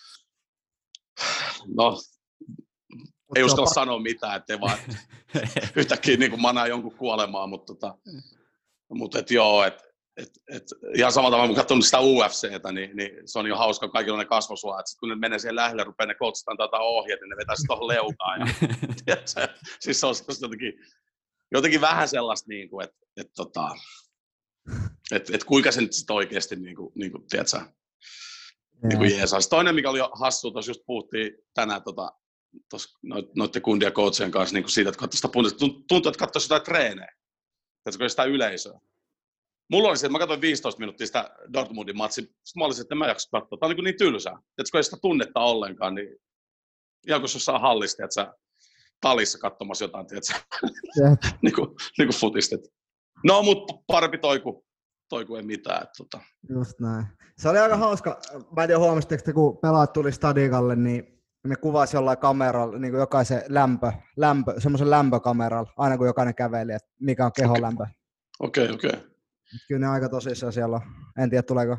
No, ei uskalla sanoa mitään, ettei vaan yhtäkkiä niin kuin manaa jonkun kuolemaan, mutta joo, ihan samalla tavalla, kun katsonut sitä UFCtä, niin se on jo hauska, kaikilla on ne kasvosuojat. Sitten kun ne menee siihen lähelle, rupeaa ne coachit antaa ohjeet, niin ne vetää sitten tuohon leukaan. Siis se on jotenkin vähän sellaista, niin kuin, että kuinka se nyt sitten oikeasti, niin kuin, tiedätkö, niin kuin jeesaisi. Toinen, mikä oli jo hassua, tuossa just puhuttiin tänään noiden kundien coachien kanssa niin kuin siitä, että katsoi sitä tuntuu, että katsoisi jotain treenejä. Tiedätkö, sitä yleisöä. Mulla oli se, että mä katsoin 15 minuuttia sitä Dortmundin matsia. Sitten mä olisin, että en mä jaksa katsoa. Tämä on niin tylsää. Tiedätkö, kun ei sitä tunnetta ollenkaan, niin ihan kun jossain hallista, että sä talissa katsomassa jotain, tiedätkö, niin kuin futistet. No, mutta parempi toi kuin ei mitään. Just näin. Se oli aika hauska. Mä en tiedä, huomasitteko te, kun pelaat tuli stadikalle, niin ne kuvasi jollain kameralla, niin kuin jokaisen semmoisen lämpökameralla, aina kun jokainen käveli, että mikä on keholämpö. Okei. Kyllä ne aika tosissaan siellä on. En tiedä, tuleeko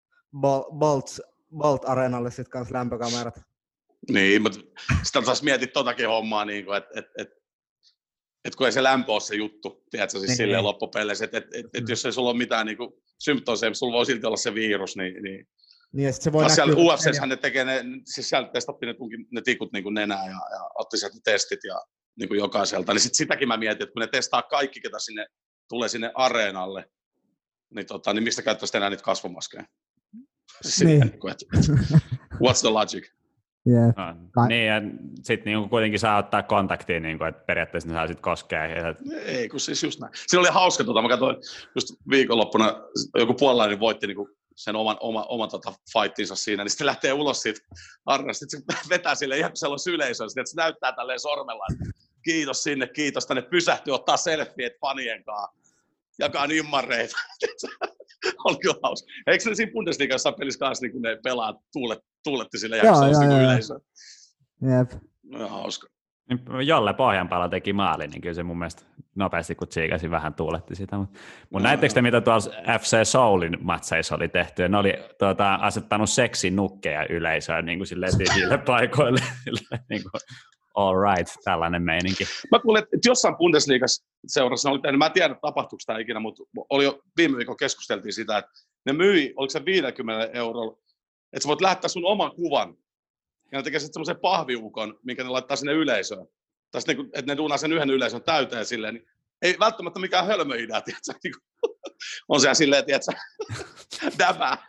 Bolt Arenalle sitten kanssa lämpökamerat. Niin, mutta sitä taas mietit totakin hommaa, niin että kun ei se lämpö ole se juttu, tiedätkö, siis silleen loppupeleissä, että jos ei sulla ole mitään niin symptomeja, sulla voi silti olla se virus, niin ja se voi siellä UFC:ssähän ne tekee siis siellä testattiin ne tikut niin kuin nenää ja otti sieltä testit ja niin kuin jokaiselta, niin sitäkin mä mietin, että kun ne testaa kaikki, ketä tulee sinne areenalle, niin mistä käyttäisit enää niitä kasvomaskeja? Niin. What's the logic? Yeah. No, niin, ja sitten niinku kuitenkin saa ottaa kontaktiin, niinku, että periaatteessa ne saa sitten koskea. Ei, kun siis just näin. Siinä oli hauska, mä katsoin just viikonloppuna, joku puolalainen voitti niinku sen oman fightinsa siinä, niin sitten lähtee ulos siitä arnasta, sitten se vetää sille ihan kuin sellaisen yleisön, että se näyttää tälleen sormella, että kiitos sinne, kiitos tänne, pysähtyy, ottaa selfieet fanien kanssa, jakaa ymmärreitä. On kyllä hauska. Eikö se siinä Bundesliigassa pelissä kanssa, niin kun ne pelaat tuuletti sille jaksolla yleisöön? Jep. No, hauska. Jolle Pohjanpalo teki maali, niin kyllä se mun mielestä nopeasti, kun tsiikasi, vähän tuuletti sitä. Mutta näittekö te, mitä tuolla FC Soulin matseissa oli tehty? Ja ne oli asettanut seksinukkeja yleisöön niin kuin silleen tyhjille paikoille. Niin kuin, all right, tällainen meininki. Mä kuulin, että jossain Bundesliigassa seurassa oli tehnyt, mä en tiedä tapahtuiko tämä ikinä, mutta oli jo viime viikolla keskusteltiin sitä, että ne myi, oliko se 50 €, että sä voit lähettää sun oman kuvan, ja ne tekee sitten semmoisen pahviukon, minkä ne laittaa sinne yleisöön. Tai sitten, että ne duunaa sen yhden yleisön täyteen silleen, niin ei välttämättä mikään hölmöidää, tiedätkö? On se silleen, tiedätkö, däbää.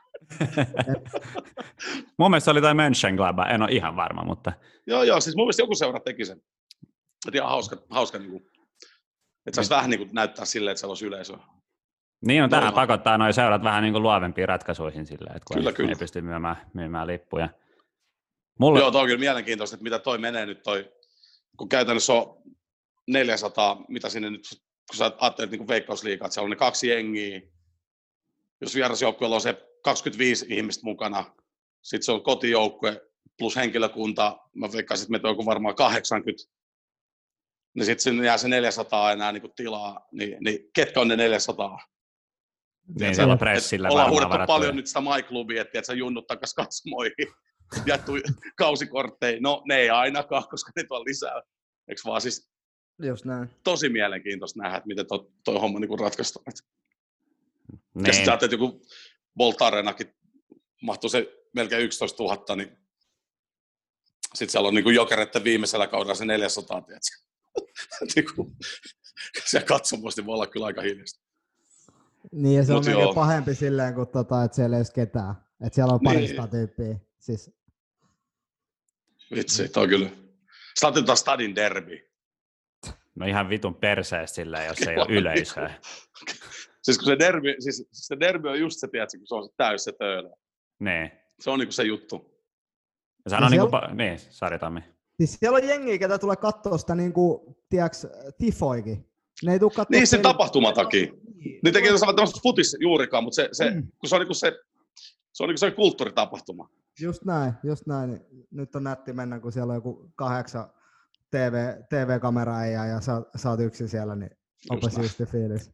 Mun mielestä se oli toi Mönchengladbach, en ole ihan varma, mutta... Joo, siis mun mielestä joku seura teki sen. Että ihan hauska niin kuin, että saisi vähän niin kuin näyttää silleen, että siellä olisi yleisöä. Niin on, tähän pakottaa noi seurat vähän niin kuin luovempiin ratkaisuihin silleen, että kun kyllä. ei pysty myymään lippuja. Joo, toi on kyllä mielenkiintoista, että mitä toi menee nyt kun käytännössä on 400, mitä sinne nyt, kun sä ajattelet niin kuin Veikkausliigaa, että siellä on ne 2 jengiä, jos vierasjoukkueella on se 25 ihmistä mukana, sitten se on kotijoukkue plus henkilökunta, mä veikkaisin, että meitä on joku varmaan 80, niin sitten sinne jää se 400 enää niin kuin tilaa, niin ketkä on ne 400? Niin, siellä on pressillä ollaan huudettu paljon nyt sitä MyClubia, että sä junnut takas katsomoihin, jaettu kausikortteja, no ne ei ainakaan, koska niitä on lisää, eikö vaan siis just näin. Tosi mielenkiintoista nähdä, että miten toi homma niin ratkaistaan. Niin. Ja sitten että joku Bolt Arenakin mahtuu se melkein 11 000, niin sitten siellä on niin Jokereiden viimeisellä kaudella se 400, tiedätkö? Siellä katsomusti voi olla kyllä aika hiljaista. Niin, ja se on melkein pahempi silleen, kuin että siellä ei ole ketään. Että siellä on parista tyyppiä. Siis. Vitsi, toi kyllä. Saatetaan Stadin derby. No ihan vitun perseestä silleen, jos ei ole yleisöä. Siis kun se derby on just se, tiedätkö, kun se on se täys se töölö. Niin. Se on niinku se juttu. Ja sano niinku, niin, Sari Tammi. Siis siellä on jengiä, ketä tulee katsoa sitä niinku, tiedätkö, tifoikin. Ne ei tule katsoa. Niin, sen tapahtuman takia. Niitä ei saa tämmöistä futis juurikaan, mutta kun se on niinku se on niinku se kulttuuritapahtuma. Just näin. Nyt on nätti mennä, kun siellä on joku 8 TV-kameraa ja sä oot yksin siellä, niin onpa siisti fiilis.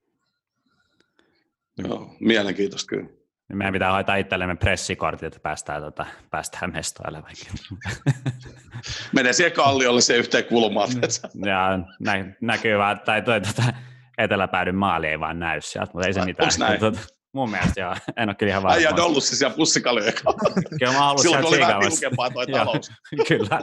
Joo, mielenkiintoista kyllä. Meidän pitää hoitaa itsellemme pressikortit, että päästään mestoille vaikka. Menee siihen kalliolle se yhteen kulmaan. Ja näkyy vaan, tai eteläpäädyn maali ei vaan näy sieltä, mutta ei se mitään. Mun mielestä joo, en ole kyllä ihan varma. Äijä on ollut se siellä pussikaljoja. Kyllä mä haluan silloin sieltä oli vähän tiukempaa toi talous. Kyllä.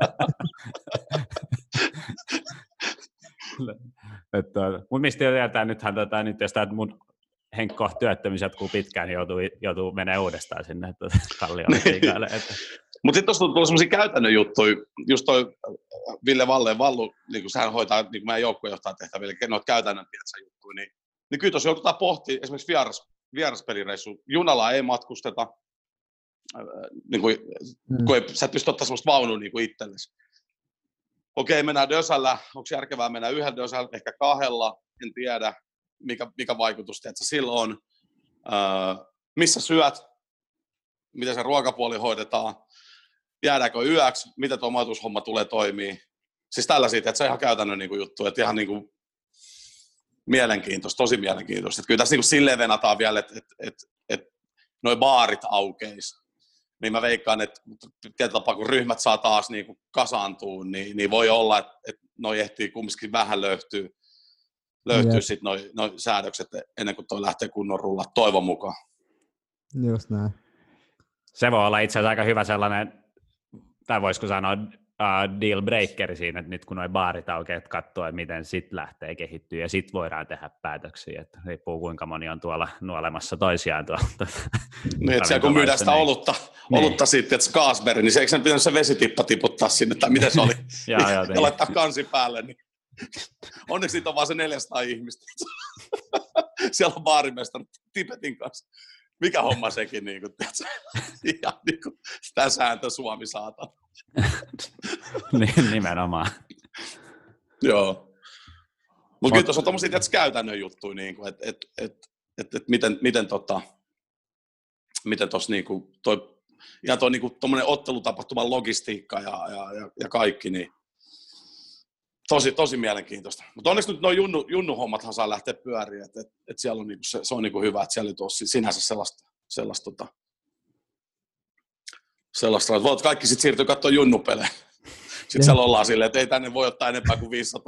Mutta mistä tietää, nythän nyt jos tämä mun Henkko työttömyys jatkuu pitkään, niin joutuu menemään uudestaan sinne Kalliolle siikaille. Mutta sitten tuossa on tullut sellaisia käytännön juttuja, just toi Ville Vallu, niin sehän hoitaa niin kuin meidän joukkuejohtajan tehtäviä, eli noita käytännön juttuja, niin kyllä tuossa joudutaan pohtimaan esimerkiksi vieraspelireissu. Junalla ei matkusteta, niin kuin, kun sä et pysty ottaa sellaista vaunua niin kuin itsellesi. Okei, mennään Dösällä, onko järkevää mennä yhdellä Dösällä, ehkä 2, en tiedä, mikä vaikutus sillä on. Missä syöt, miten se ruokapuoli hoidetaan, jäädäänkö yöksi, miten tuo majoitushomma tulee toimii. Siis tällaisia, että se on ihan käytännön niin kuin juttu, että ihan niin kuin mielenkiintoista, tosi mielenkiintoista. Että kyllä tässä niin kuin silleen venataan vielä, että noi baarit aukeisi. Niin mä veikkaan, että tietyllä tapaa, kun ryhmät saa taas niin kuin kasaantua, niin voi olla, että noi ehtii kumminkin vähän löytyy sitten noi säädökset ennen kuin toi lähtee kunnon rulla, toivon mukaan. Just näin. Se voi olla itse asiassa aika hyvä sellainen, tai voisiko sanoa deal breakeri siinä, että nyt kun nuo baarit aukeaa, että katsoo, että miten sit lähtee kehittyä ja sit voidaan tehdä päätöksiä, että riippuu kuinka moni on tuolla nuolemassa toisiaan tuolla. Niin, että siellä kun myydään sitä olutta sitten, että Kaasberg, niin eikö sen pitänyt se vesitippa tiputtaa sinne, tai miten se oli, ja laittaa kansi päälle, niin onneksi niitä on vaan se 400 ihmistä. Siellä on baarimestari Tibetin kanssa. Mikä homma sekin, niin kuin, ihan niin kuin sitä sääntö Suomi saatana. Nimenomaan. Joo. Mutta kyllä tuossa on tommosia käytännön juttuja, niin kuin, että miten tuossa niinku toi niinku tommonen ottelutapahtuman logistiikka ja kaikki, niin tosi mielenkiintoista. Mutta onneksi nyt nuo junnu-hommathan saa lähteä pyöriin, että siellä on niinku se on niinku hyvä, että siellä ei ole sinänsä sellaista, että voit kaikki sitten siirtyä katsoa junnupelejä. Sitten siellä ollaan silleen, että ei tänne voi ottaa enempää kuin 500.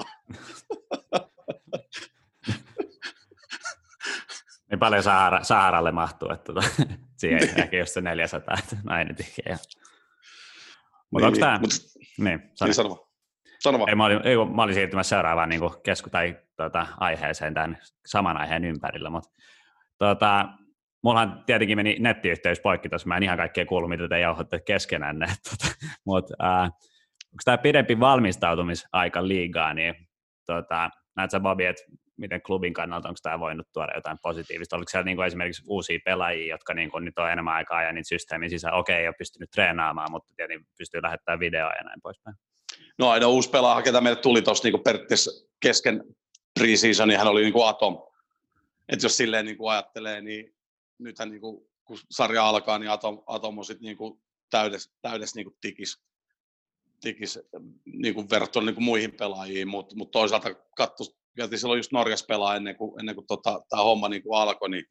Niin paljon Saharalle mahtuu, että siihen ehkä just se 400, että näin nyt ehkä. Mutta onko tämä... Niin, sano vaan. Mä olin siirtymässä seuraavaan niin aiheeseen tämän saman aiheen ympärillä, mutta mullahan tietenkin meni nettiyhteys poikki tuossa, mä en ihan kaikkea kuullut, mitä te jauhoitte keskenänne, mutta onko tämä pidempi valmistautumisaika liigaa, niin näet sä Bobby, että miten klubin kannalta, onko tämä voinut tuoda jotain positiivista? Oliko siellä niin esimerkiksi uusia pelaajia, jotka niin nyt on enemmän aikaa ja niitä systeemin sisään, ei ole pystynyt treenaamaan, mutta tietenkin pystyy lähettämään videoa ja näin poispäin? No aina uusi pelaaja, ketä meille tuli tuossa niin periaatteessa kesken pre-seasonin, hän oli niin kuin Atom. Että jos silleen niin kuin ajattelee, niin nythän niin kuin, kun sarja alkaa, niin Atom on sitten niin kuin täydessä niin kuin tikis niin kuin verrattuna niin kuin muihin pelaajiin, mutta toisaalta käytiin silloin just Norjassa pelaa ennen kuin tämä homma niin kuin alkoi, niin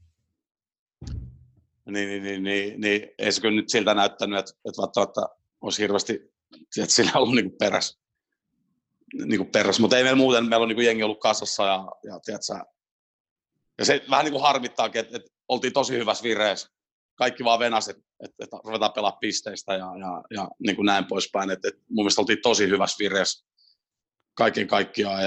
ei se kyllä nyt siltä näyttänyt, että välttämättä olisi hirveästi, että sillä on ollut niin kuin perässä, mutta ei meillä on niin kuin jengi ollut kasassa ja tiedätkö, ja se vähän niin kuin harmittaakin, että oltiin tosi hyvässä vireessä. Kaikki vaan venasi, että ruvetaan pelaamaan pisteistä ja niin kuin näin poispäin. Että mun mielestä oltiin tosi hyvässä vireessä kaiken kaikkiaan.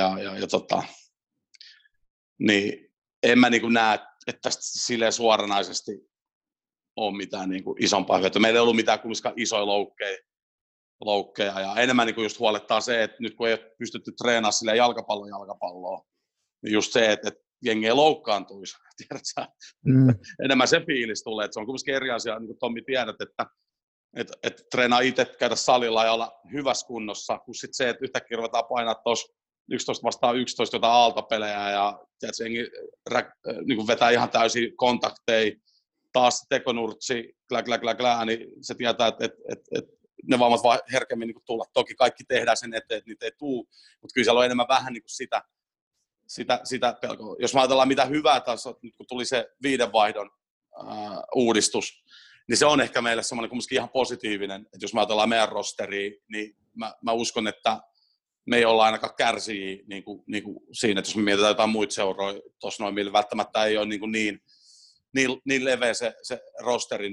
Niin en mä niin kuin näe, että tästä silleen suoranaisesti ole mitään niin kuin isompaa hyötyä. Meillä ei ollut mitään kumminkaan isoja loukkeja. Ja enemmän niin kuin just huolettaa se, että nyt kun ei ole pystytty treenaamaan silleen jalkapalloa, niin just se, että jengi ei loukkaantuisi, tiedätkö? Enemmän se fiilis tulee, että se on kuitenkin eri asia, niin kuin Tommi tiedät, että treenaa itse, käydä salilla ja olla hyvässä kunnossa, kun sitten se, että yhtäkkiä ruvetaan painaa tuossa 11 vastaan 11 jotain aaltopelejä ja tiedätkö, jengi niin vetää ihan täysin kontakteja, taas tekonurtsi, klä, niin se tietää, että ne vammat vaan herkemmin niin tulla. Toki kaikki tehdään sen eteen, että niitä ei tule, mutta kyllä siellä on enemmän vähän niin kuin sitä pelkoa. Jos me ajatellaan mitä hyvää taas, nyt kun tuli se 5 vaihdon uudistus, niin se on ehkä meille semmoinen kumminkin ihan positiivinen, että jos me ajatellaan meidän rosteria, niin mä uskon, että me ei olla ainakaan kärsiä niin kuin siinä, että jos me mietitään jotain muita seuroja tuossa noin, millä välttämättä ei ole niin leveä se rosteri,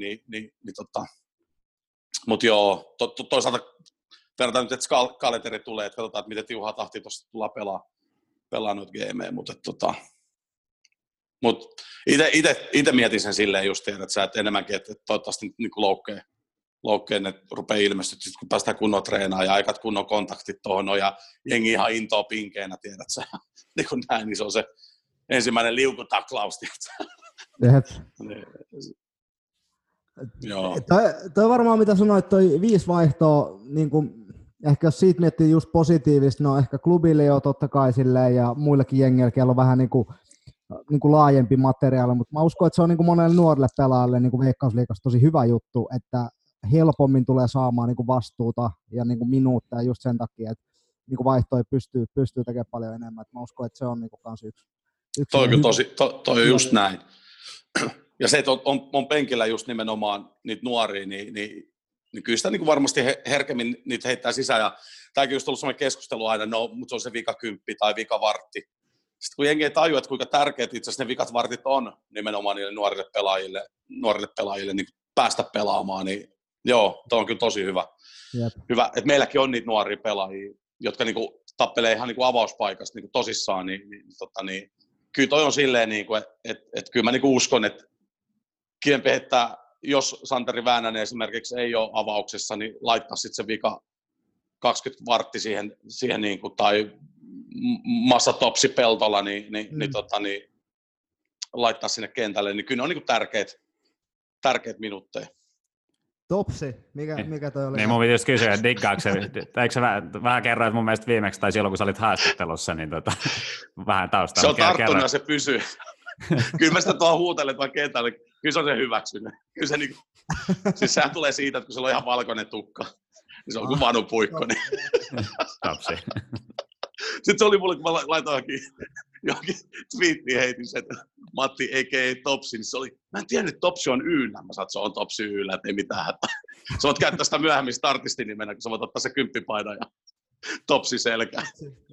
mutta joo, toisaalta verrataan nyt, että kalenteri tulee, että katsotaan, että miten tiuhaa tahtia tuossa tullaan pelaa noita gameja, mutta itse mietin sen silleen just, että enemmänkin, että toivottavasti niin loukkeen ne rupeaa ilmestyä, sitten kun päästään kunnon treenaa ja aikat kunnon kontaktit tuohon ja jengi ihan intoa pinkeenä, tiedät sä, niin kuin näin, niin se on se ensimmäinen liukutaklaus, tiedät sä. Joo. Toi varmaan mitä sanoit, toi 5 vaihtoa, niin kuin, ehkä jos siitä miettii just positiivista, no ehkä klubille jo totta kai silleen, ja muillekin jengeillä, kello on vähän niin kuin laajempi materiaali, mutta mä uskon, että se on niin kuin monelle nuorelle pelaajalle niin kuin Veikkausliigassa tosi hyvä juttu, että helpommin tulee saamaan niin kuin vastuuta ja niin kuin minuutteja just sen takia, että niin kuin vaihtoja pystyy tekemään paljon enemmän. Et mä uskon, että se on niin kuin kans yksi toi on kyllä toi on just näin. Ja se, että on penkillä just nimenomaan niitä nuoria, niin kyllä sitä niin kuin varmasti herkemmin niitä heittää sisään. Ja tämäkin just ollut sellainen keskustelu aina, no, mutta se on se vikakymppi tai vikavartti. Sitten kun jengi ei tajua, että kuinka tärkeät itse asiassa ne vikat vartit on nimenomaan niille nuorille pelaajille niin päästä pelaamaan, niin Joo, tuo on kyllä tosi hyvä. Jep. Hyvä, että meilläkin on niitä nuoria pelaajia, jotka niinku tappelee ihan niinku avauspaikasta niinku tosissaan, niin kyllä toi on silleen, niinku, että kyllä mä niinku uskon, että kiempi, että jos Santeri Väänänen esimerkiksi ei ole avauksessa, niin laittaa sitten se vika 20 vartti siihen niinku, tai Massa Topsi Peltola, niin laittaa sinne kentälle, niin kyllä ne on niinku tärkeät minuutteja. Topsi, mikä toi oli? Niin mun pitäisi kysyä, että diggaatko se, eikö sä vähän kerroit mun mielestä viimeksi, tai silloin kun sä olit haastattelussa, niin vähän taustaa. Se on tarttunut ja se pysyy. Kyllä mä sitä tuohon huutelen tuohon kentälle, kyllä se on se hyväksynyt. Kyllä se niinku, siis sehän tulee siitä, että kun sillä on ihan valkoinen tukka, niin se on kuin vanupuikko. Niin. Topsi. Sitten se oli mulle, kun mä laitoin johonkin twiittiin heitin sen, että Matti a.k.a. Topsi, niin se oli, mä en tiennyt, että Topsi on Yynä. Mä sanoin, että se on Topsi Yynä, että ei mitään hätää. Sä voit käyttää sitä myöhemmin startistinimenä, kun sä voit ottaa se 10 ja Topsi selkään.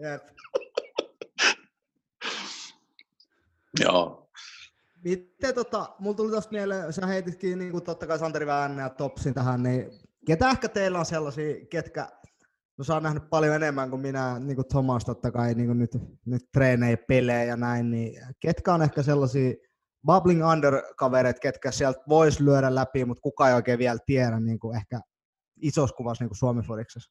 Joo. Miten mulla tuli tosta mieleen, sä heititkin niin kuin totta kai Santeri Väänänen ja Topsin tähän, niin ketä ehkä teillä on sellaisia, ketkä, no sä oot nähnyt paljon enemmän kuin minä, niin kuin Thomas totta kai niin kuin nyt treenejä, pelejä ja näin, niin ketkä on ehkä sellaisia bubbling under-kavereita, ketkä sieltä vois lyödä läpi, mutta kukaan ei oikein vielä tiedä niin kuin ehkä isossa kuvassa niin kuin Suomi-fodiksessa?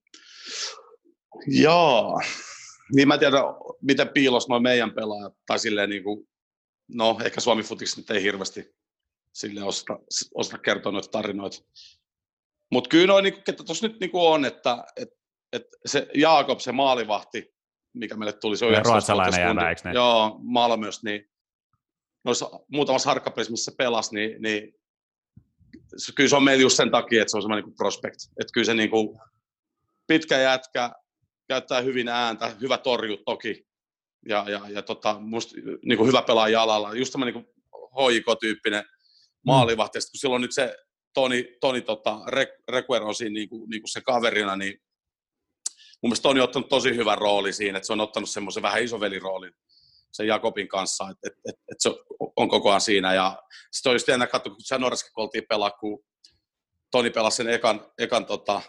Joo, niin mä tiedän, miten piilos noin meidän pelaajat, tai silleen niin kuin, no ehkä Suomi-futiksessa nyt ei hirveästi sille osata kertoa noita tarinoita. Mutta kyllä noin, niin ketä tuossa nyt niin on, että se Jaakob, se maalivahti, mikä meille tuli, se on 19-vuotias kundi. Joo, Malmöstä, niin noissa muutamassa harkkapelissä, missä se pelasi, niin kyllä se on meillä just sen takia, että se on semmoinen niin prospect. Että kyllä se niin kuin pitkä jätkä, käyttää hyvin ääntä, hyvä torju toki, ja musta niin kuin hyvä pelaa jalalla. Just semmoinen niin HJK-tyyppinen maalivahti, kun silloin nyt se Toni Requer on siinä niin kuin se kaverina, niin mun mielestä Toni on ottanut tosi hyvän roolin siinä, että se on ottanut semmoisen vähän isoveliroolin sen Jakobin kanssa, että se on koko ajan siinä. Ja sitten on just jännä katsoa, kun se Norjassakin oltiin pelaa, kun Toni pelasi sen ekan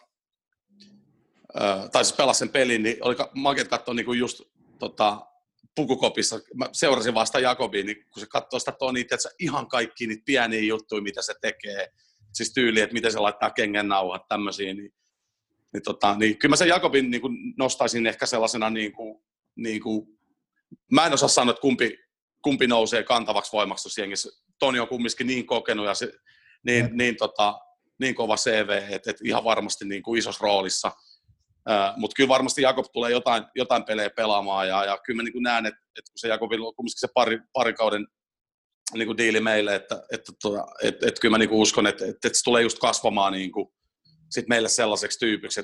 tai siis pelasi sen pelin, niin oli makeet katsoa niin kuin just pukukopissa. Mä seurasin vasta Jakobiin, niin kun se katsoo sitä Tonia, että ihan kaikki niitä pieniä juttuja, mitä se tekee, siis tyyli, että miten se laittaa kengännauhat, tämmöisiä, niin kyllä mä sen Jakobin niin kuin nostaisin ehkä sellaisena, niin kuin, mä en osaa sanoa, että kumpi nousee kantavaksi voimaksi tuossa jengissä. Toni on kumminkin niin kokenut ja se, niin kova CV, että ihan varmasti niin kuin isossa roolissa. Mutta kyllä varmasti Jakob tulee jotain pelejä pelaamaan ja kyllä mä niin näen, että kun se Jakobilla on kumminkin se pari kauden niin kuin diili meille, että kyllä mä niin kuin uskon, että se tulee just kasvamaan niin kuin sit meille sellaiseksi tyypiksi,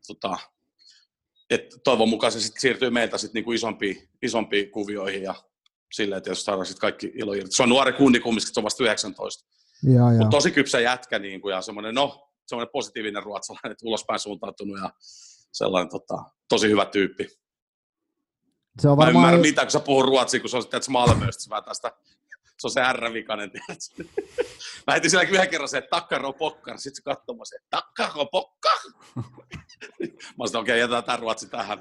että toivon mukaan se sit siirtyy meiltä sit niin kuin isompiin kuvioihin ja silleen, että jos saadaan sitten kaikki ilo irti. Se on nuori kundi kumminkin, se on vasta 19. Mutta tosi kypsä jätkä niin kuin, ja semmoinen positiivinen ruotsalainen, että ulospäin suuntautunut ja sellainen tosi hyvä tyyppi. Se on mä en ymmärrä mitään, kun sä puhut ruotsia, kun se on sitten Malmöstä, se on se R-vikainen, tiedätkö? Mä heitin siellä yhden kerran se, että takkaro pokkar, sit se katsoo se, että takkaro pokkar. Mä sanoin, okei, jätetään tämän ruotsi tähän.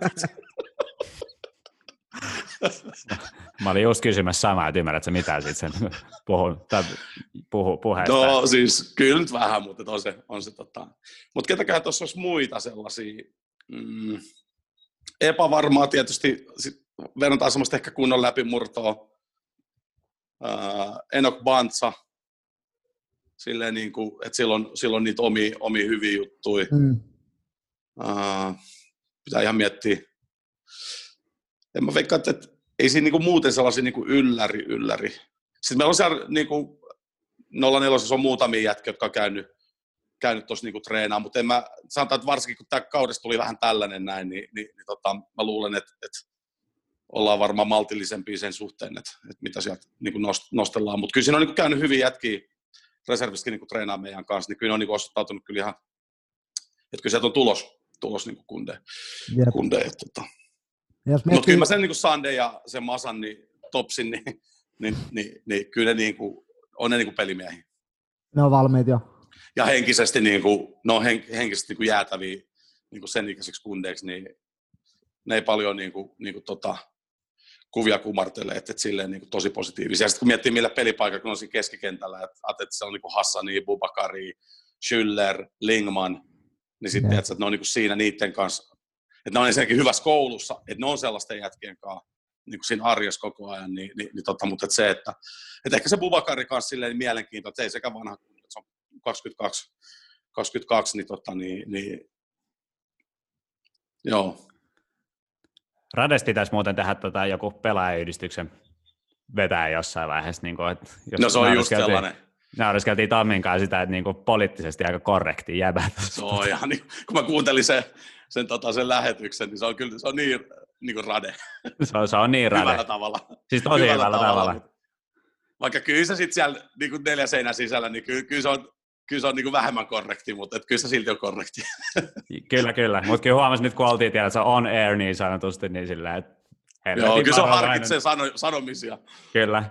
Mä olin just kysymässä samaa, että ymmärrätkö mitä sit sen puheesta? No siis kyllä nyt vähän, mutta on se Mutta ketäkään tuossa olisi muita sellaisia epävarmaa tietysti, verrataan semmoista ehkä kunnon läpimurtoa. Enok Bantsa, silleen niin kuin, että silloin niitä omia hyviä juttuja. Pitää ihan miettiä. En mä veikkaa, että ei siinä niin kuin muuten sellaisia niin kuin ylläri. Sitten meillä on siellä niin kuin 04 on muutamia jätkiä, jotka on käynyt tuossa niin kuin treenaamaan, mutta en mä sanotaan, että varsinkin kun tämä kaudesta tuli vähän tällainen näin, niin mä luulen, että ollaan varmaan maltillisempia sen suhteen, että mitä sieltä niin kuin nostellaan. Mutta kyllä siinä on niin kuin käynyt hyviä jätkiä reservistäkin niin kuin treenaamaan meidän kanssa, niin kyllä ne on niin kuin osoittautunut kyllä ihan, että kyllä sieltä on tulos niin kuin kundeja. Mutta kyllä mä sen niin kuin Sande ja sen Masan, niin Topsin, niin kyllä ne niin kuin, on ne niin kuin pelimiehiä. Ne on valmiit jo. ja henkisesti, niin kuin, henkisesti niin kuin jäätäviä niin kuin sen ikäiseksi kundeiksi, niin ne ei paljon kuvia kumartelee, että silleen niin kuin tosi positiivisia. Sitten kun miettii, millä pelipaikalla kun on siinä keskikentällä, että se on niin kuin Hassani, Bubakari, Schüller, Lingman, niin sitten että ne on niin kuin siinä niiden kanssa, että ne on ensinnäkin hyvässä koulussa, että ne on sellaisten jätkien kanssa niin kuin siinä arjessa koko ajan, mutta että se, että ehkä se Bubakari kanssa silleen mielenkiintoinen, että se ei sekä vanha, että se on 22, niin joo. Radesta pitäisi muuten tehdä joku pelaajayhdistyksen vetää jossain vaiheessa. Niin kuin, että no se on just sellainen. Nauriskeltiin Tammin kanssa sitä, että niin kuin poliittisesti aika korrekti jäbä. Se on ihan, niin, kun mä kuuntelin sen lähetyksen, niin se on kyllä niin kuin rade. Se on niin rade. Hyvällä tavalla. Siis tosi hyvällä tavalla. Vaikka kyllä se sitten siellä niin kuin 4 seinän sisällä, niin kyllä se on niin kuin vähemmän korrekti, mutta kyllä se silti on korrekti. Kyllä. Mutta kyllä huomasin nyt, kun oltiin tiedä, että se on air niin sanotusti, niin sillä että joo, kyllä se harkitsee sanomisia. Kyllä.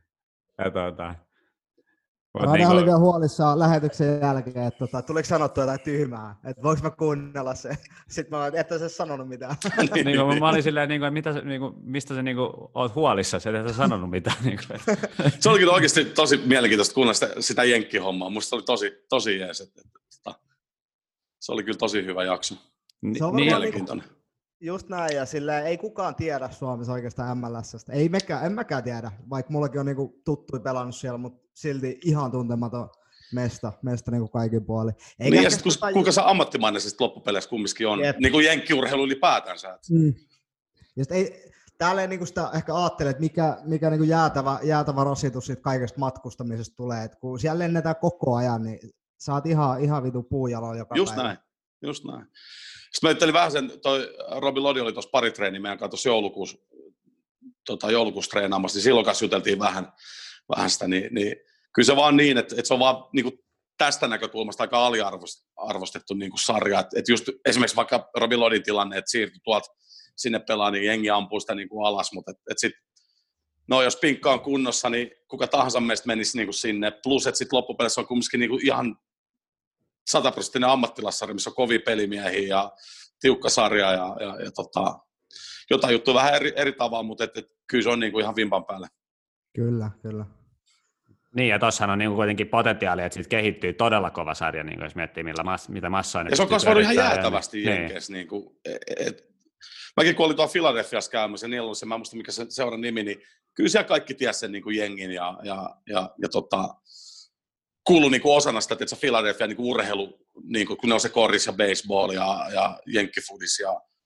Rade niin oli vielä huolissaan lähetyksen jälkeen, että tuliko sanottua jotain tyhmää, että voiko mä kuunnella se. Sitten mä olin, että sä sanonut mitään. Niin, mä olin silleen, että mistä sä oot huolissasi, että sä sanonut mitään. Se oli kyllä oikeasti tosi mielenkiintoista kuunnella sitä jenkkihommaa. Musta se oli tosi jees. Se oli kyllä tosi hyvä jakso. Se on mielenkiintoinen. Just näin, ja sillä ei kukaan tiedä Suomessa oikeastaan MLS:stä. En mäkään tiedä, vaikka mullakin on niinku tuttuja pelannut siellä, mutta silti ihan tuntematon mesta niinku kaikin puolin. Niin, ja sitten kuinka se ammattimainen sitten loppupeleissä kumminkin on, niin kuin jenkkiurheilu ylipäätänsä. Ja täällä ei niinku sitä ehkä ajattele, että mikä niinku jäätävä rasitus siitä kaikesta matkustamisesta tulee. Et kun siellä lennetään koko ajan, niin saat ihan vitu puujaloa joka päivä. Just näin. Sitten mä yttelin vähän sen, toi Robi Lodi oli tuossa paritreeni meidän kanssa joulukuussa treenaamassa, niin silloin kanssa juteltiin vähän sitä, niin kyllä se vaan niin, että se on vaan niin kuin tästä näkökulmasta aika aliarvostettu niin kuin sarja, että just esimerkiksi vaikka Robi Lodin tilanne, että siirtyi tuolta sinne pelaa, niin jengi ampuu sitä niin kuin alas, mutta sitten no jos pinkka on kunnossa, niin kuka tahansa meistä menisi niin kuin sinne, plus että sitten loppupeleissä on kumminkin niin kuin ihan 100% ammattilassarja, missä on kovia pelimiehiä ja tiukka sarja ja jotain juttua vähän eri tavalla, mutta kyllä se on niinku ihan vimpan päälle. Kyllä. Niin, ja tuossahan on niinku kuitenkin potentiaalia, että siitä kehittyy todella kova sarja, niin jos miettii, mitä massaa. Ja se on kasvanut ihan jäätävästi jenkeissä. Niinku, mäkin kun olin tuolla Philadelphiassa käymässä, ja niillä oli se, mä en muista mikä se seuran nimi, niin kyllä siellä kaikki tiesi sen niinku jengin ja kuului niinku osana sitä, että se Philadelphia niinku urheilu, niinku, kun ne on se korris ja baseball ja jenkkifudis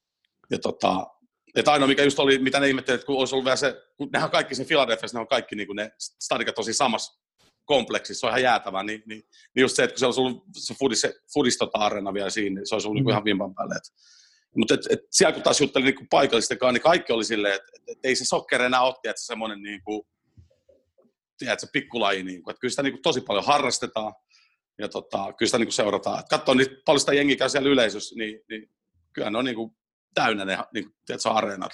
että ainoa mikä just oli, mitä ne ihmettelivät, että kun olisi ollut vielä se, kun nehän kaikki siinä Philadelphiassa, ne on kaikki niinku ne stadikat tosi samassa kompleksissa, se on ihan jäätävää, niin just se, että kun se olisi ollut se fudis-areena vielä siinä, niin se olisi ollut niinku ihan vimpan päälle. Mutta siellä kun taas juttelin niinku paikallisten kanssa, niin kaikki oli silleen, että ei se sokkeri enää otti, että se semmoinen niinku, tiedätkö, pikkulaji, niin että kyllä sitä niin kuin tosi paljon harrastetaan ja kyllä sitä niin kuin seurataan. Et katsoo niitä paljon sitä jengiä käy siellä yleisössä, niin kyllä ne on niin kuin täynnä ne niin kuin, tiedätkö, areenat.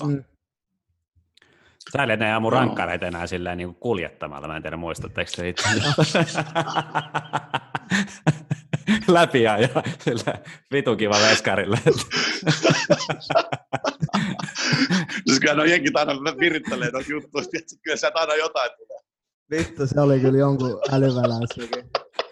Täällä ei aamu rankkareita enää silleen niin kuin kuljettamalla, mä en tiedä muistatteko te itse. Läpi ja sillä vitu kiva veskarilla. Siis kyllä ne jenkit aina virittelee noita juttuja, että kyllä sieltä aina jotain tulee. Vittu, se oli kyllä jonkun älyväläissäkin.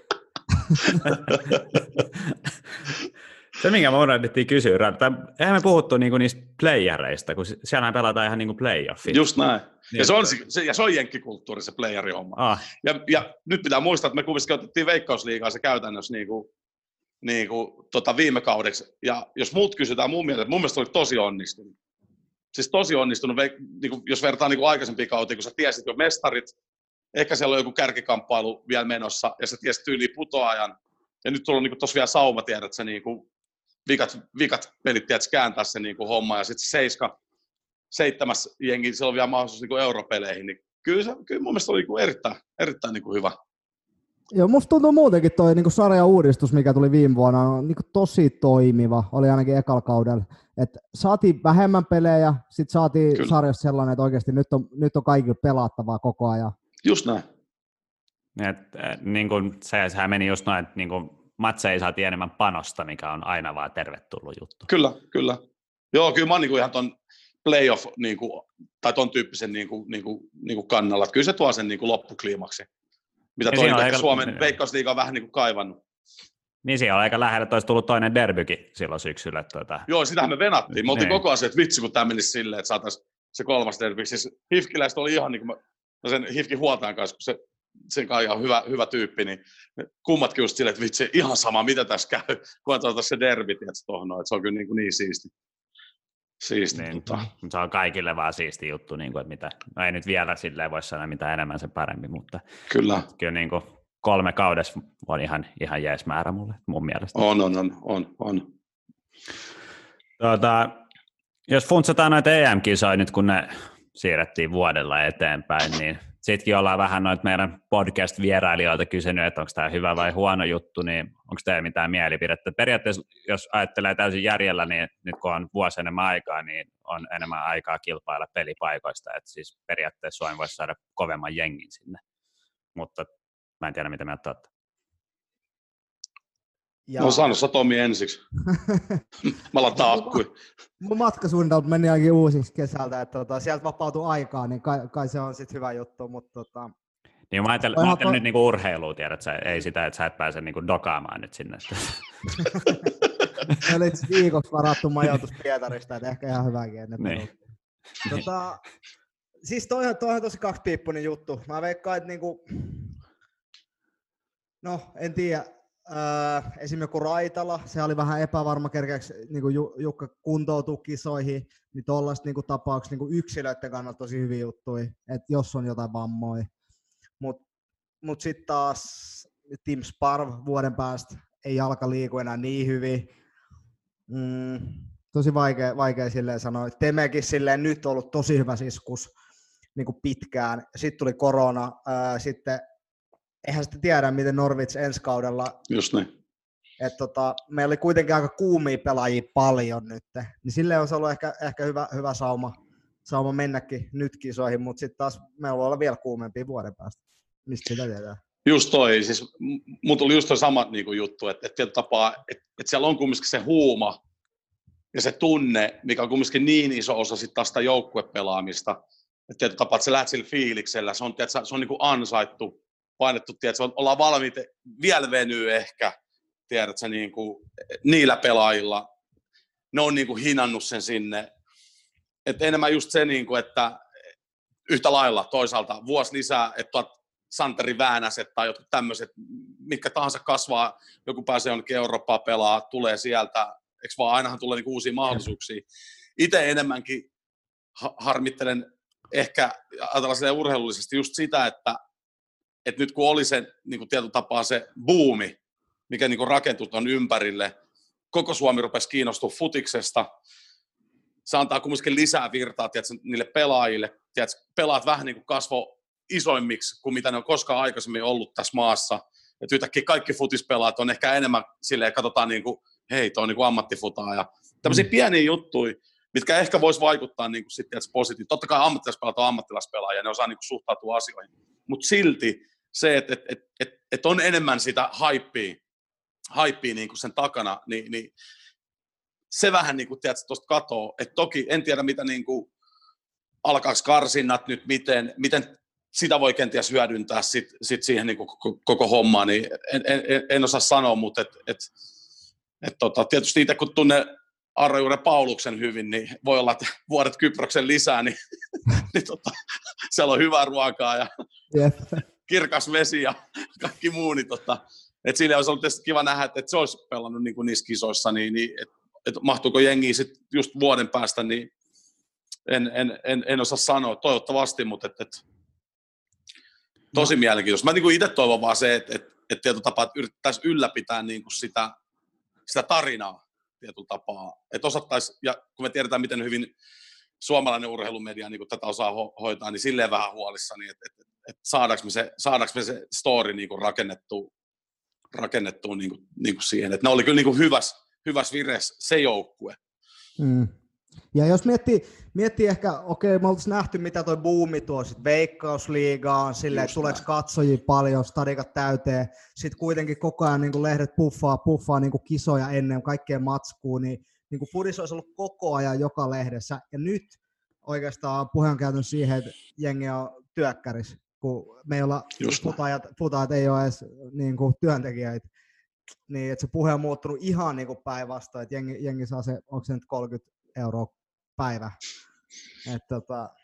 Se, minkä me unohdettiin kysyä, eihän me puhuttu niinku niistä playereista, kun siellähän pelataan ihan niinku playoffit. Just näin. Niin, ja se on jenkkikulttuuri, se playerihomma. Ja nyt pitää muistaa, että me kuitenkin otettiin Veikkausliigaa se käytännössä viime kaudeksi. Ja jos muut kysytään mun mielestä oli tosi onnistunut. Siis tosi onnistunut, jos vertaa aikaisempiin kautiin, kun sä tiesit jo mestarit, ehkä siellä on joku kärkikamppailu vielä menossa, ja sä tiesit tyyliin putoajan, ja nyt tuolla on tuossa vielä sauma, tiedät, että sä vikat pelit, tiedät, kääntää se homma, ja sitten se 7. jengi, siellä on vielä mahdollisuus europeleihin, niin kyllä mun mielestä oli erittäin hyvä. Joo, musta tuntuu muutenkin toi sarjan uudistus, mikä tuli viime vuonna, on tosi toimiva, oli ainakin ekalla kaudella. Et saatiin vähemmän pelejä, sitten saatiin sarjassa sellainen, että oikeasti nyt on kaikilla pelattavaa koko ajan. Just näin. Niin kuin sehän meni just noin, että niin kuin matseja saatiin enemmän panosta, mikä on aina vaan tervetullut juttu. Kyllä. Joo, kyllä mä oon niin ihan ton playoff niin kuin, tai ton tyyppisen niin kuin kannalla. Että kyllä se tuo sen niin kuin loppukliimaksi, mitä toi Suomen Veikkausliiga on vähän niin kuin kaivannut. Niin siellä on aika lähellä, että olisi tullut toinen derbykin silloin syksyllä. Joo, sitähän me venattiin. Me oltiin koko ajan se, että vitsi, kun tämä menisi silleen, että saataisiin se kolmas derby. Siis Hifkiläistä oli ihan niin kuin sen Hifkin huoltajan kanssa, kun sen kanssa on hyvä tyyppi, niin kummatkin just silleen, että vitsi, ihan sama, mitä tässä käy, kun on se derby, tietysti tuohon, että se on kyllä niin siisti. Niin, se on kaikille vaan siisti juttu, niin kuin, että mitä, no ei nyt vielä silleen voi sanoa mitä enemmän sen paremmin, mutta kyllä niin kuin 3 kaudessa on ihan jees määrä mulle, mun mielestä. On. Jos funtsataan noita EM-kisoja nyt, kun ne siirrettiin vuodella eteenpäin, niin sittenkin ollaan vähän noita meidän podcast-vierailijoilta kysynyt, että onko tämä hyvä vai huono juttu, niin onko teillä mitään mielipidettä? Periaatteessa, jos ajattelee täysin järjellä, niin nyt kun on vuosi enemmän aikaa, niin on enemmän aikaa kilpailla pelipaikoista, että siis periaatteessa Suomi voisi saada kovemman jengin sinne, mutta mä en tiedä, mitä mieltä olette. No sano sä Tomi ensiksi. Mä lataan akkui. Mun matkasuunnitelmat meni ainakin uusiksi kesältä, että sieltä vapautui aikaa, niin kai se on sitten hyvä juttu, mutta niin mä ajattelen nyt niinku urheilua, tiedät sä, ei sitä, että sä et pääse niinku dokaamaan nyt sinne. Se oli viikoksi varattu majoitus Pietarista, että ehkä ihan hyväkin ennen. Niin. Siis toi on tosi kaksipiippunen juttu. Mä veikkaan, että niinku, no en tiedä, esimerkiksi kun Raitala, se oli vähän epävarma kerkeäksi niin Jukka kuntoutuu kisoihin, niin tuollaista niin tapauksessa niin yksilöiden kannalta tosi hyviä juttuja, että jos on jotain vammoja. Mut sitten taas Tim Sparv vuoden päästä ei jalka liiku enää niin hyvin. Tosi vaikea silleen sanoa. Temekin silleen nyt on ollut tosi hyvä siskus niin pitkään. Sitten tuli korona, sitten eihän sitä tiedä, miten Norwich ensi kaudella. Just niin. Meillä oli kuitenkin aika kuumia pelaajia paljon nyt, niin silleen olisi ollut ehkä hyvä sauma mennäkin nyt kisoihin, mutta sitten taas meillä voi olla vielä kuumempia vuoden päästä. Mistä sitä tiedetään? Just toi, siis mun tuli just toi sama niinku juttu, että tietyllä tapaa, että siellä on kumminkin se huuma ja se tunne, mikä on kumminkin niin iso osa sitten taas sitä joukkuepelaamista, että tietyllä tapaa, että sä lähdet sillä fiiliksellä, se on niinku ansaittu, painettu, tiedätkö, ollaan valmiita vielä venyy ehkä, tiedätkö, niinku, niillä pelaajilla, ne on niinku hinannut sen sinne, että enemmän just se, niinku, että yhtä lailla toisaalta vuosi lisää, että Santeri Väänäset tai jotkut tämmöiset, mitkä tahansa kasvaa, joku pääsee jonnekin Eurooppaan pelaa, tulee sieltä, eikö vaan ainahan tulee niinku uusia mahdollisuuksia. Itse enemmänkin harmittelen ehkä, ajatellaan urheilullisesti just sitä, että nyt kun oli se niin tietyllä tapaa se buumi, mikä niin rakentui tuon ympärille, koko Suomi rupesi kiinnostumaan futiksesta, se antaa kumminkin lisää virtaa tiedätkö, niille pelaajille, tiedätkö, pelaat vähän niin kuin kasvo isoimmiksi kuin mitä ne on koskaan aikaisemmin ollut tässä maassa, että yhtäkkiä kaikki futispelaat on ehkä enemmän silleen, katsotaan niin kuin, hei, toi on niin kuin ammattifutaa ja tämmöisiä pieniä juttuja, mitkä ehkä vois vaikuttaa niin kuin sitten positiivisesti. Totta kai ammattilaispelaajat on ammattilaispelaajia, ne osaa niin kuin suhtautua asioihin, mutta silti se, että on enemmän sitä hypeä niin kuin sen takana, niin se vähän niin kuin, tiedätkö, tuosta katoo. Että toki en tiedä, mitä niin kuin, alkaako karsinnat nyt, miten sitä voi kenties hyödyntää sit siihen niin kuin, koko hommaan, niin en osaa sanoa, mutta tietysti itse kun tunne Arra-Juure Pauluksen hyvin, niin voi olla, että vuodet Kyproksen lisää, niin siellä on hyvää ruokaa ja kirkas vesi ja kaikki muu, niin että siinä olisi ollut tietysti kiva nähdä, että se olisi pelannut niin kuin niissä kisoissa, niin että mahtuuko jengiä sitten just vuoden päästä, niin en osaa sanoa, toivottavasti, mutta tosi mielenkiintoista. Mä niin kuin itse toivon vaan se, että tietyllä tapaa, että yrittäisiin ylläpitää niin kuin sitä tarinaa tietyllä tapaa, että osattaisiin, ja kun me tiedetään, miten hyvin suomalainen urheilumedia niin kuin tätä osaa hoitaa, niin silleen vähän huolissani, että saadaanko me se story niin kuin rakennettua niin kuin siihen, että ne oli kyllä niin kuin hyväs vireessä se joukkue. Ja jos miettii ehkä, okei, me oltaisiin nähty, mitä toi buumi tuo sit Veikkausliigaan, silleen, että tuleeko katsojia paljon, stadikat täyteen, sitten kuitenkin koko ajan niin lehdet puffaa niin kisoja ennen kaikkea matskuun, niin fudis olisi ollut koko ajan joka lehdessä, ja nyt oikeastaan puhe on käynyt siihen, että jengi on työkkäris, kun meillä futajat ei ole edes niin kuin työntekijöitä, niin että se puhe on muuttunut ihan niin kuin päinvastoin, että jengi saa se, onko se nyt 30 € päivä. Että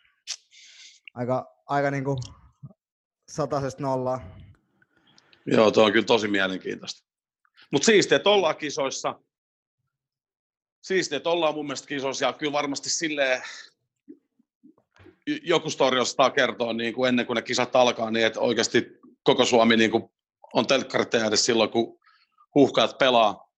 aika niin kuin 100-0. Joo, tuo on kyllä tosi mielenkiintoista. Mutta siistiä, että ollaan kisoissa. Siistiä, että ollaan mun mielestä kisoissa. Ja kyllä varmasti silleen joku story ostaa kertoa niin kuin ennen kuin ne kisat alkaa, niin että oikeasti koko Suomi niin kuin on telkkarit edes silloin, kun Huuhkajat pelaa.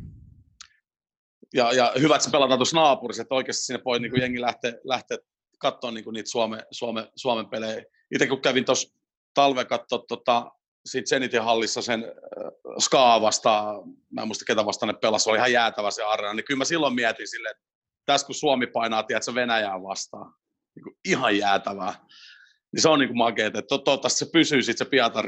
Ja hyvä, että se pelataan tuossa naapurissa, että oikeasti sinne voi niin jengi lähteä katsoa niin niitä Suomen pelejä. Itse kun kävin tuossa talven katsoa siitä Zenitin hallissa sen Skaa vastaan, mä en muista ketä vastaan ne pelasi, oli ihan jäätävä se areena, niin kyllä mä silloin mietin silleen, että tässä kun Suomi painaa, tiedätkö, Venäjää vastaan, niin ihan jäätävää, niin se on niin makeeta, että toivottavasti se pysyy sitten se Pietari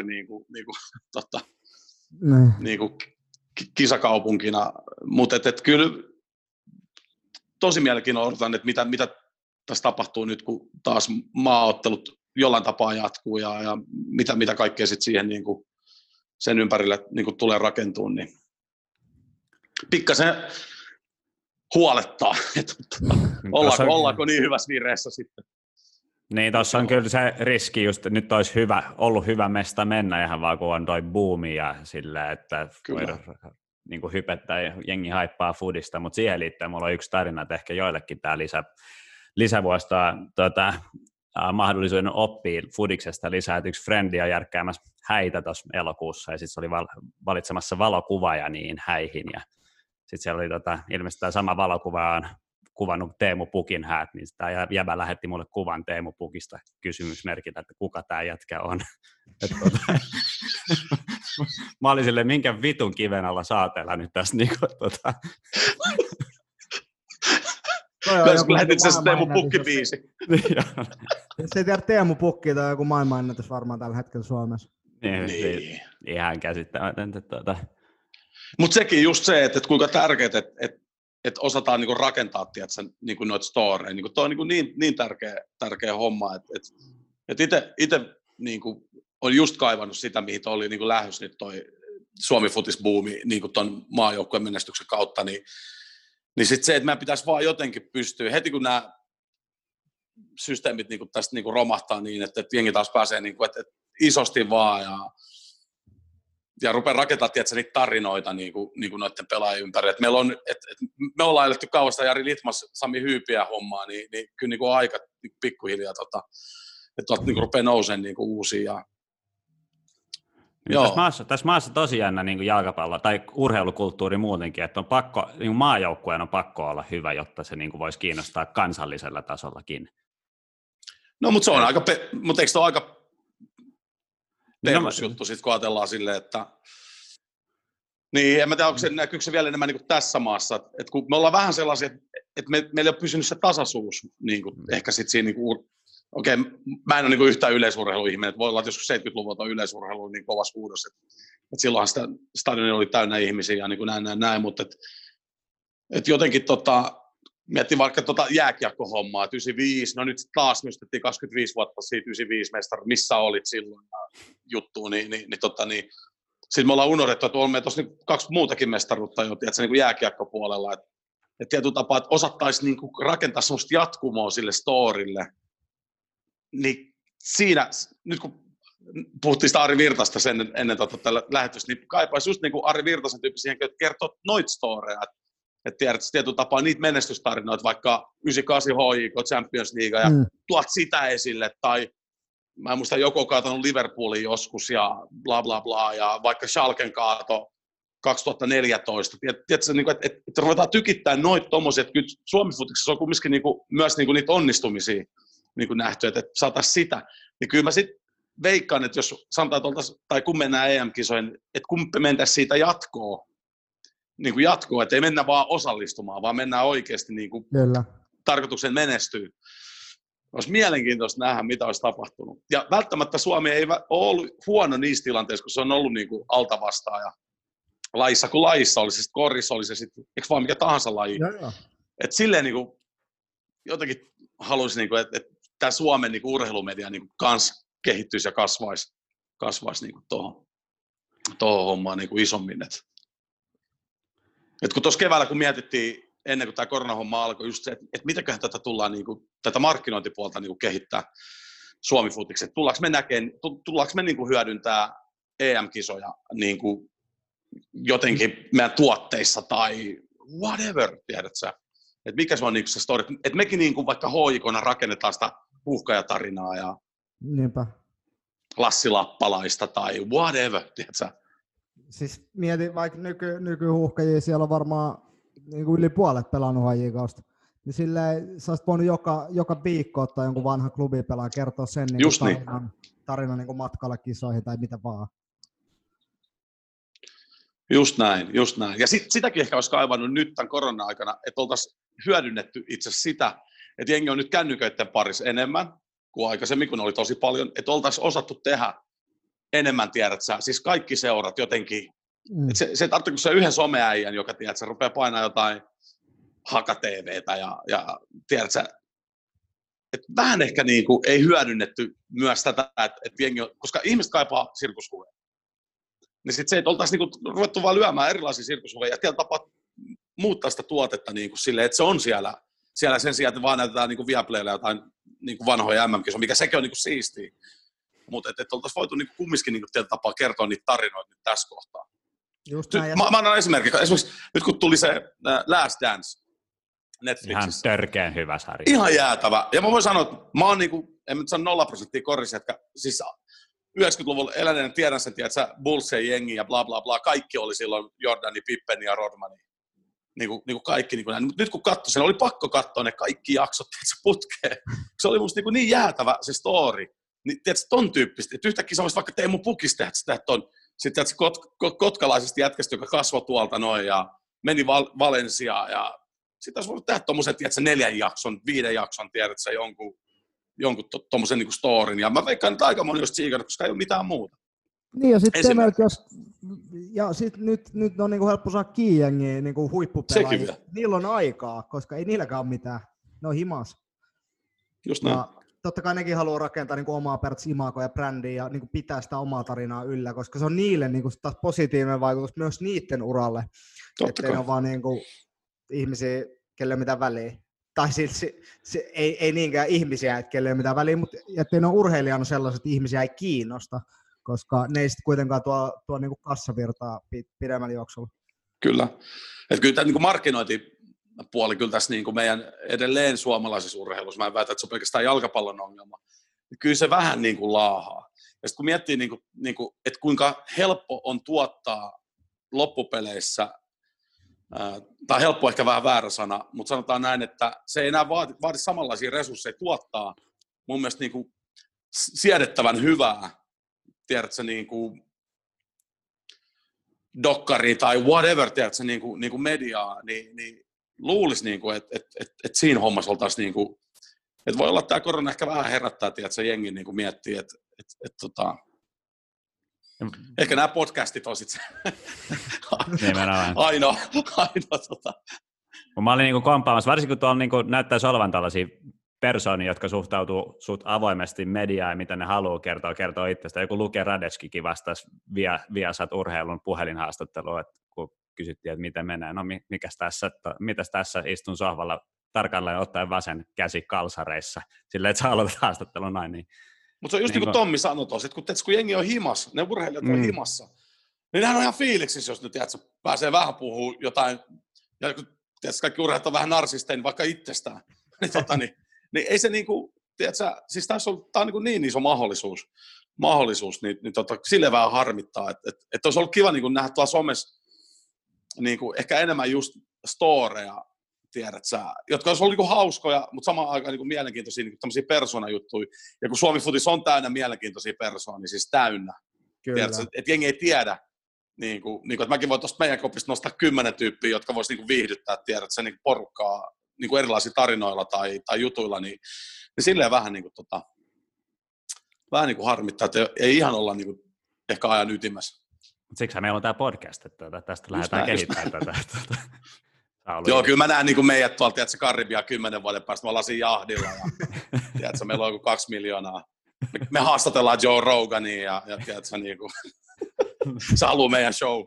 niin kuin kisakaupunkina, mutta kyllä tosi mielenkiinnolla odotan, että mitä tässä tapahtuu nyt, kun taas maaottelut jollain tapaa jatkuu ja mitä kaikkea sitten siihen niin kuin sen ympärille niin kuin tulee rakentumaan, niin pikkasen huolettaa, että ollaanko niin hyvässä vireessä sitten. Niin, tuossa on kyllä se riski just, että nyt olisi ollut hyvä mesta mennä ihan vaan kun on toi buumi ja silleen, että voidaan niin kuin hypettää ja jengi haippaa foodista, mutta siihen liittyen mulla on yksi tarina, että ehkä joillekin tämä lisävuosta mahdollisuuden oppia foodiksesta lisää, että yksi frendi on järkkäämässä häitä tuossa elokuussa ja sitten se oli valitsemassa valokuvaaja niin häihin ja sitten siellä oli ilmeisesti tämä sama valokuva on kuvannut Teemu Pukin häät, niin tämä jäbä lähetti mulle kuvan Teemu Pukista kysymysmerkillä, että kuka tämä jätkä on. Mä olin silleen, minkä vitun kiven alla saateella nyt tässä. Kun lähetit se Teemu Pukki-biisi. Se ei tiedä Teemu Pukki, tai joku maailmanennätys varmaan tällä hetkellä Suomessa. Niin. Ihan käsittämätöntä. Mutta sekin just se, että kuinka tärkeää, että osataan niinku rakentaa niinku noita storeja. Niinku tuo on niinku niin tärkeä homma, että itse niinku on just kaivannut sitä, mihin oli niinku lähdös nyt toi Suomi-futisbuumi niinku ton maajoukkueen menestyksen kautta, niin sitten se, että meidän pitäisi vaan jotenkin pystyä, heti kun nämä systeemit niinku tästä niinku romahtaa niin, että jengi taas pääsee niinku, että isosti vaan ja rupeaa rakentamaan niitä tarinoita niinku noiden pelaajien ympäri. Me ollaan eletty kauasta Jari Litmas, Sami Hyypiä hommaa, niin kyllä niinku aika pikkuhiljaa, että niinku rupeaa nousemaan niinku uusia. Tässä maassa tosi jännä niin kuin jalkapallo tai urheilukulttuuri muutenkin, että on pakko, niin maajoukkueen on pakko olla hyvä, jotta se niin kuin voisi kiinnostaa kansallisella tasollakin. No, mutta se on mutta eikö se ole aika perusjuttu sitten, kun ajatellaan silleen, että niin, en mä tiedä, näkyykö se vielä enemmän niin kuin tässä maassa, että kun me ollaan vähän sellaisia, että meillä ei ole pysynyt se tasaisuus, niin kuin, ehkä sitten siinä niin kuin, okei, mä en ole niin yhtään yleisurheiluihminen, että voi olla, että joskus 70-luvulta on yleisurheilu niin kovassa huudossa, että silloinhan sitä stadionia oli täynnä ihmisiä ja niin kuin näin, mutta että jotenkin miettii vaikka jääkiekkohommaa, että 95, no nyt taas nostettiin 25 vuotta siitä 95 mestari, missä olit silloin juttuun, niin sitten me ollaan unohdettu, että olemme tuossa niin 2 muutakin mestaruutta jo, tiedätkö, niin kuin jääkiekkopuolella, että tietyllä tapaa, että osattaisiin niin kuin rakentaa sellaista jatkumoa sille storille, niin siinä, nyt kun puhuttiin sitä Ari Virtasta sen ennen tällä lähetystä, niin kaipaisi just niin kuin Ari Virtasen tyyppisiä henkilöitä kertoo noita storeja, että tiedät tietyllä tapaa niitä menestystarinoita, vaikka 98 HJK Champions League ja tuot sitä esille, tai mä en muista, joku on kaatanut Liverpoolin joskus ja bla bla bla, ja vaikka Schalken kaato 2014, tiedätkö, että ruvetaan tykittämään noita tommosia, että kyllä Suomi-futiksessa on kumminkin myös niitä onnistumisia nähty, että saataisiin sitä, niin kyllä mä sitten veikkaan, että jos sanotaan, tai kun mennään EM-kisoihin, että kun me mentäisiin siitä jatkoa, että ei mennä vaan osallistumaan, vaan mennään oikeasti tarkoituksen menestyy. Olisi mielenkiintoista nähdä, mitä olisi tapahtunut. Ja välttämättä Suomi ei ole ollut huono niissä tilanteissa, kun se on ollut niin kuin altavastaaja. Lajissa kuin lajissa, oli se sitten korissa, oli se sitten, eikö vaan mikä tahansa laji. Että silleen niin kuin, jotenkin haluaisin, niin kuin, että tämä Suomen niin kuin urheilumedia niin kuin kans kehittyisi ja kasvaisi niin kuin tuohon hommaan niin kuin isommin. Et kun tuossa keväällä, kun mietittiin, ennen kuin tämä koronahomma alkoi, just se, että mitäköhän tätä tullaan, niin kuin, tätä markkinointipuolta niin kuin kehittää Suomi-futiksi. Tullaanko me niin kuin hyödyntää EM-kisoja niin kuin jotenkin meidän tuotteissa tai whatever, tiedät sä? Että mikä se on niin se story, että mekin niin kuin vaikka HJK:na rakennetaan sitä Huuhkajatarinaa ja Niinpä. Lassi Lappalaista tai whatever, tiedät sä? Siis mietin vaikka nykyhuuhkajia, siellä on varmaan niin kuin yli puolet pelannut HJK:sta. Niin silleen sä olisit voinut joka viikko ottaa jonkun vanhan klubipelaajan kertoa sen niin tarinan niin kuin matkalla kisoihin tai mitä vaan. Just näin. Ja sitäkin ehkä olisi kaivannut nyt tämän korona-aikana, että oltaisiin hyödynnetty itse sitä, että jengi on nyt kännyköiden parissa enemmän kuin aikaisemmin, kun oli tosi paljon, että oltaisiin osattu tehdä enemmän, tiedät sä, siis kaikki seurat jotenkin. Se tarvitsee, kun se yhden someäijän, joka tiedät, se rupeaa painaa jotain haka-tvtä ja tiedät sä, että vähän ehkä niin kuin ei hyödynnetty myös tätä, että jengi on, koska ihmiset kaipaa sirkushuveja. Niin sitten se, että oltaisiin niinku ruvettu vaan lyömään erilaisia sirkushuveja ja tiellä tapaa muuttaa sitä tuotetta niinku silleen, että se on siellä sen sijaan, että vaan näytetään niinku Viaplaylla jotain niinku vanhoja MM-kisoja, mikä sekin on niinku siistiä. Mutta että oltaisiin voitu niinku kumminkin niinku tiellä tapaa kertoa niitä tarinoita nyt tässä kohtaa. Mä annan esimerkiksi nyt kun tuli se Last Dance Netflixissä. Ihan törkeän hyvä sarja. Ihan jäätävä. Ja mä voin sanoa, että mä oon niinku, en nyt sano 0% korisjätkä, siis 90-luvulla eläneen tiedän sen, että Bullsen jengi ja bla bla bla, kaikki oli silloin Jordani, Pippeni ja Rodmani. Niin kaikki niin näin. Mutta nyt kun katsoin sen, oli pakko katsoa ne kaikki jaksot, tiedätkö, putkeen. Se oli musta niin jäätävä se story. Niin tiedätkö, ton tyyppistä. Että yhtäkkiä sä vaikka Teemu Pukis tehdä sitä, että on sitten kotkalaisesta jätkästä, joka kasvoi tuolta noin ja meni Valensiaan. Ja sitten olisi voinut tehdä tommosen, tiedätkö, 4 jakson, 5 jakson, tiedätkö, jonkun tommosen niinku storin, ja mä veikkaan, että aika moni olisi siikannut, koska ei ole mitään muuta. Niin, ja sitten nyt on niinku helppo saada kiinni niinku huippupelaajia. Niillä on aikaa, koska ei niilläkään ole mitään. Ne on himas. Just näin. Ja totta kai nekin haluaa rakentaa niinku omaa imagoa ja brändiä ja niinku pitää sitä omaa tarinaa yllä, koska se on niille niinku taas positiivinen vaikutus myös niiden uralle. Että ne on vaan niinku ihmisiä, kelle ei ole mitään väliä. Tai siis ei niinkään ihmisiä, kelle ei ole mitään väliä, mutta ettei ne ole urheilijana sellaiset, että ihmisiä ei kiinnosta, koska ne ei sitten kuitenkaan tuo niinku kassavirtaa pidemmällä juoksulla. Kyllä. Että kyllä tämä niinku markkinointipuoli kyllä tässä niinku meidän edelleen suomalaisessa urheilussa, mä en väitä, että se on pelkästään jalkapallon ongelma, niin kyllä se vähän niinku laahaa. Ja sitten kun miettii, niinku, että kuinka helppo on tuottaa loppupeleissä, tämä on helppo ehkä vähän väärä sana, mutta sanotaan näin, että se ei enää vaadi samanlaisia resursseja tuottaa mun mielestä niin kuin siedettävän hyvää, tiedätkö, niin kuin dokkari tai whatever, tiedätkö, niin kuin mediaa, niin luulisi, niin kuin, että siinä hommassa oltaisiin, niin kuin, että voi olla, että tämä korona ehkä vähän herättää, tiedätkö, jengi niin kuin miettii, että ehkä nämä podcastit on sitten ainoa. Mä olin niinku kompaamassa, varsinkin kun tuolla niinku näyttäisi olevan tällaisia persoonia, jotka suhtautuu suht avoimesti mediaan ja mitä ne haluaa kertoa itsestä. Joku Luke Radetskikin vastasi Viasat urheilun puhelinhaastatteluun, kun kysyttiin, että miten menee. No mitäs tässä istun sohvalla tarkalleen ottaen vasen käsi kalsareissa, silleen, että sä aloitat haastattelun näin. Niin. Mutta se on just niin kuin Tommi sanoi tuossa, että kun jengi on himassa, ne urheilijat on himassa, niin nehän on ihan fiiliksissä, jos ne pääsee vähän puhumaan jotain, ja kun kaikki urheilijat on vähän narsisteja, vaikka itsestään, niin ei se niinku, siis tämä on niin iso mahdollisuus niin sille vähän harmittaa, että olisi ollut kiva niin nähdä tuolla somessa niin ehkä enemmän just storeja, tiedät sä, jotka olisi ollut niin hauskoja, mutta samaan aikaan niin mielenkiintoisia niin tämmöisiä persoonajuttuja. Ja kun Suomi Futis on täynnä mielenkiintoisia persoonia, niin siis täynnä. Että jengi ei tiedä, että mäkin voin tuosta meidän kopista nostaa 10 tyyppiä, jotka voisi niin viihdyttää, tiedät sä, niin porukkaa niinku erilaisilla tarinoilla tai jutuilla, niin silleen vähän niinku vähän niinku harmittaa, että ei ihan olla niinku ehkä ajan ytimessä. Siksi meillä on tämä podcast, että tästä lähdetään kehittämään tätä. Joo, kyllä mä näen niin meidät tuolta, tiedätkö, Karibia 10 vuoden päästä, mä lasin jahdilla ja tiedätkö, meillä on joku 2 miljoonaa. Me haastatellaan Joe Rogania ja tiedätkö, niin kuin, se haluaa meidän show.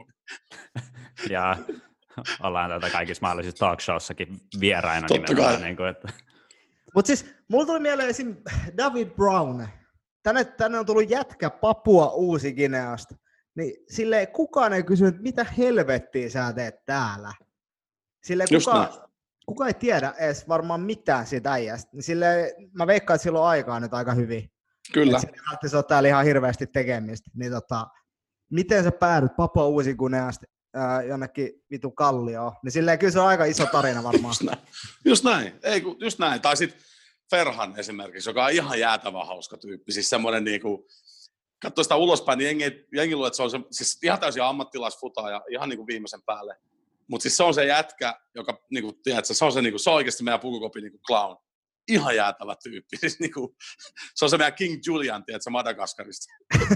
Ja ollaan tätä kaikissa mahdollisissa talk showssakin vieraina. Totta kai. Niin kuin, että... Mutta siis mulla tuli mieleen esim. David Brown. Tänne on tullut jätkä Papua Uusi-Gineasta. Niin silleen kukaan ei kysynyt, mitä helvettiä sä teet täällä. Silleen kuka ei tiedä edes varmaan mitään siitä äijästä. Niin silleen, mä veikkaan, että sillä on aikaa nyt aika hyvin. Kyllä. Se on täällä ihan hirveästi tekemistä. Niin miten sä päädyt Papua Uusi-Gineasta jonnekin vitu kallioon? Niin silleen kyllä se on aika iso tarina varmaan. Just näin. Tai sitten Ferhan esimerkiksi, joka on ihan jäätävän hauska tyyppi. Siis semmoinen niinku, katsoo sitä ulospäin, niin jengi luulee, että se on se, siis ihan täysin ammattilaisfuta ja ihan niinku viimeisen päälle. Mutta siis se on se jätkä, joka, niinku, tiedätkö, se on oikeasti meidän pukukopin niinku clown. Ihan jäätävä tyyppi. Siis, niinku, se on se meidän King Julian, tiedätkö, Madagaskarista.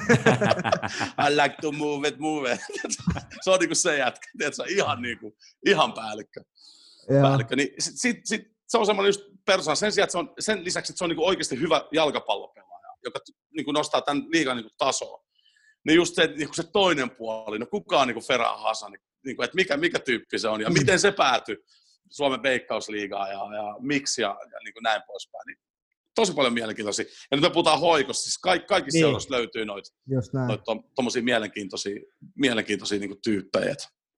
I like to move it. Se on niinku se jätkä, tiedätkö, ihan päällikkö. Niin, se on semmoinen just persona sen sijaan, että sen lisäksi, että se on niinku oikeasti hyvä jalkapallopelaaja, joka niinku nostaa tämän liigan niinku tasoa. Niin just se, niinku se toinen puoli, no kuka on niinku Ferhan Hasan, niinku, että mikä tyyppi se on ja miten se päätyi Suomen Veikkausliigaan ja miksi ja niinku näin poispäin. Niin tosi paljon mielenkiintoisia. Ja nyt me puhutaan hoikossa, siis kaikissa seuroissa löytyy noita tommosia mielenkiintoisia niinku tyyppejä.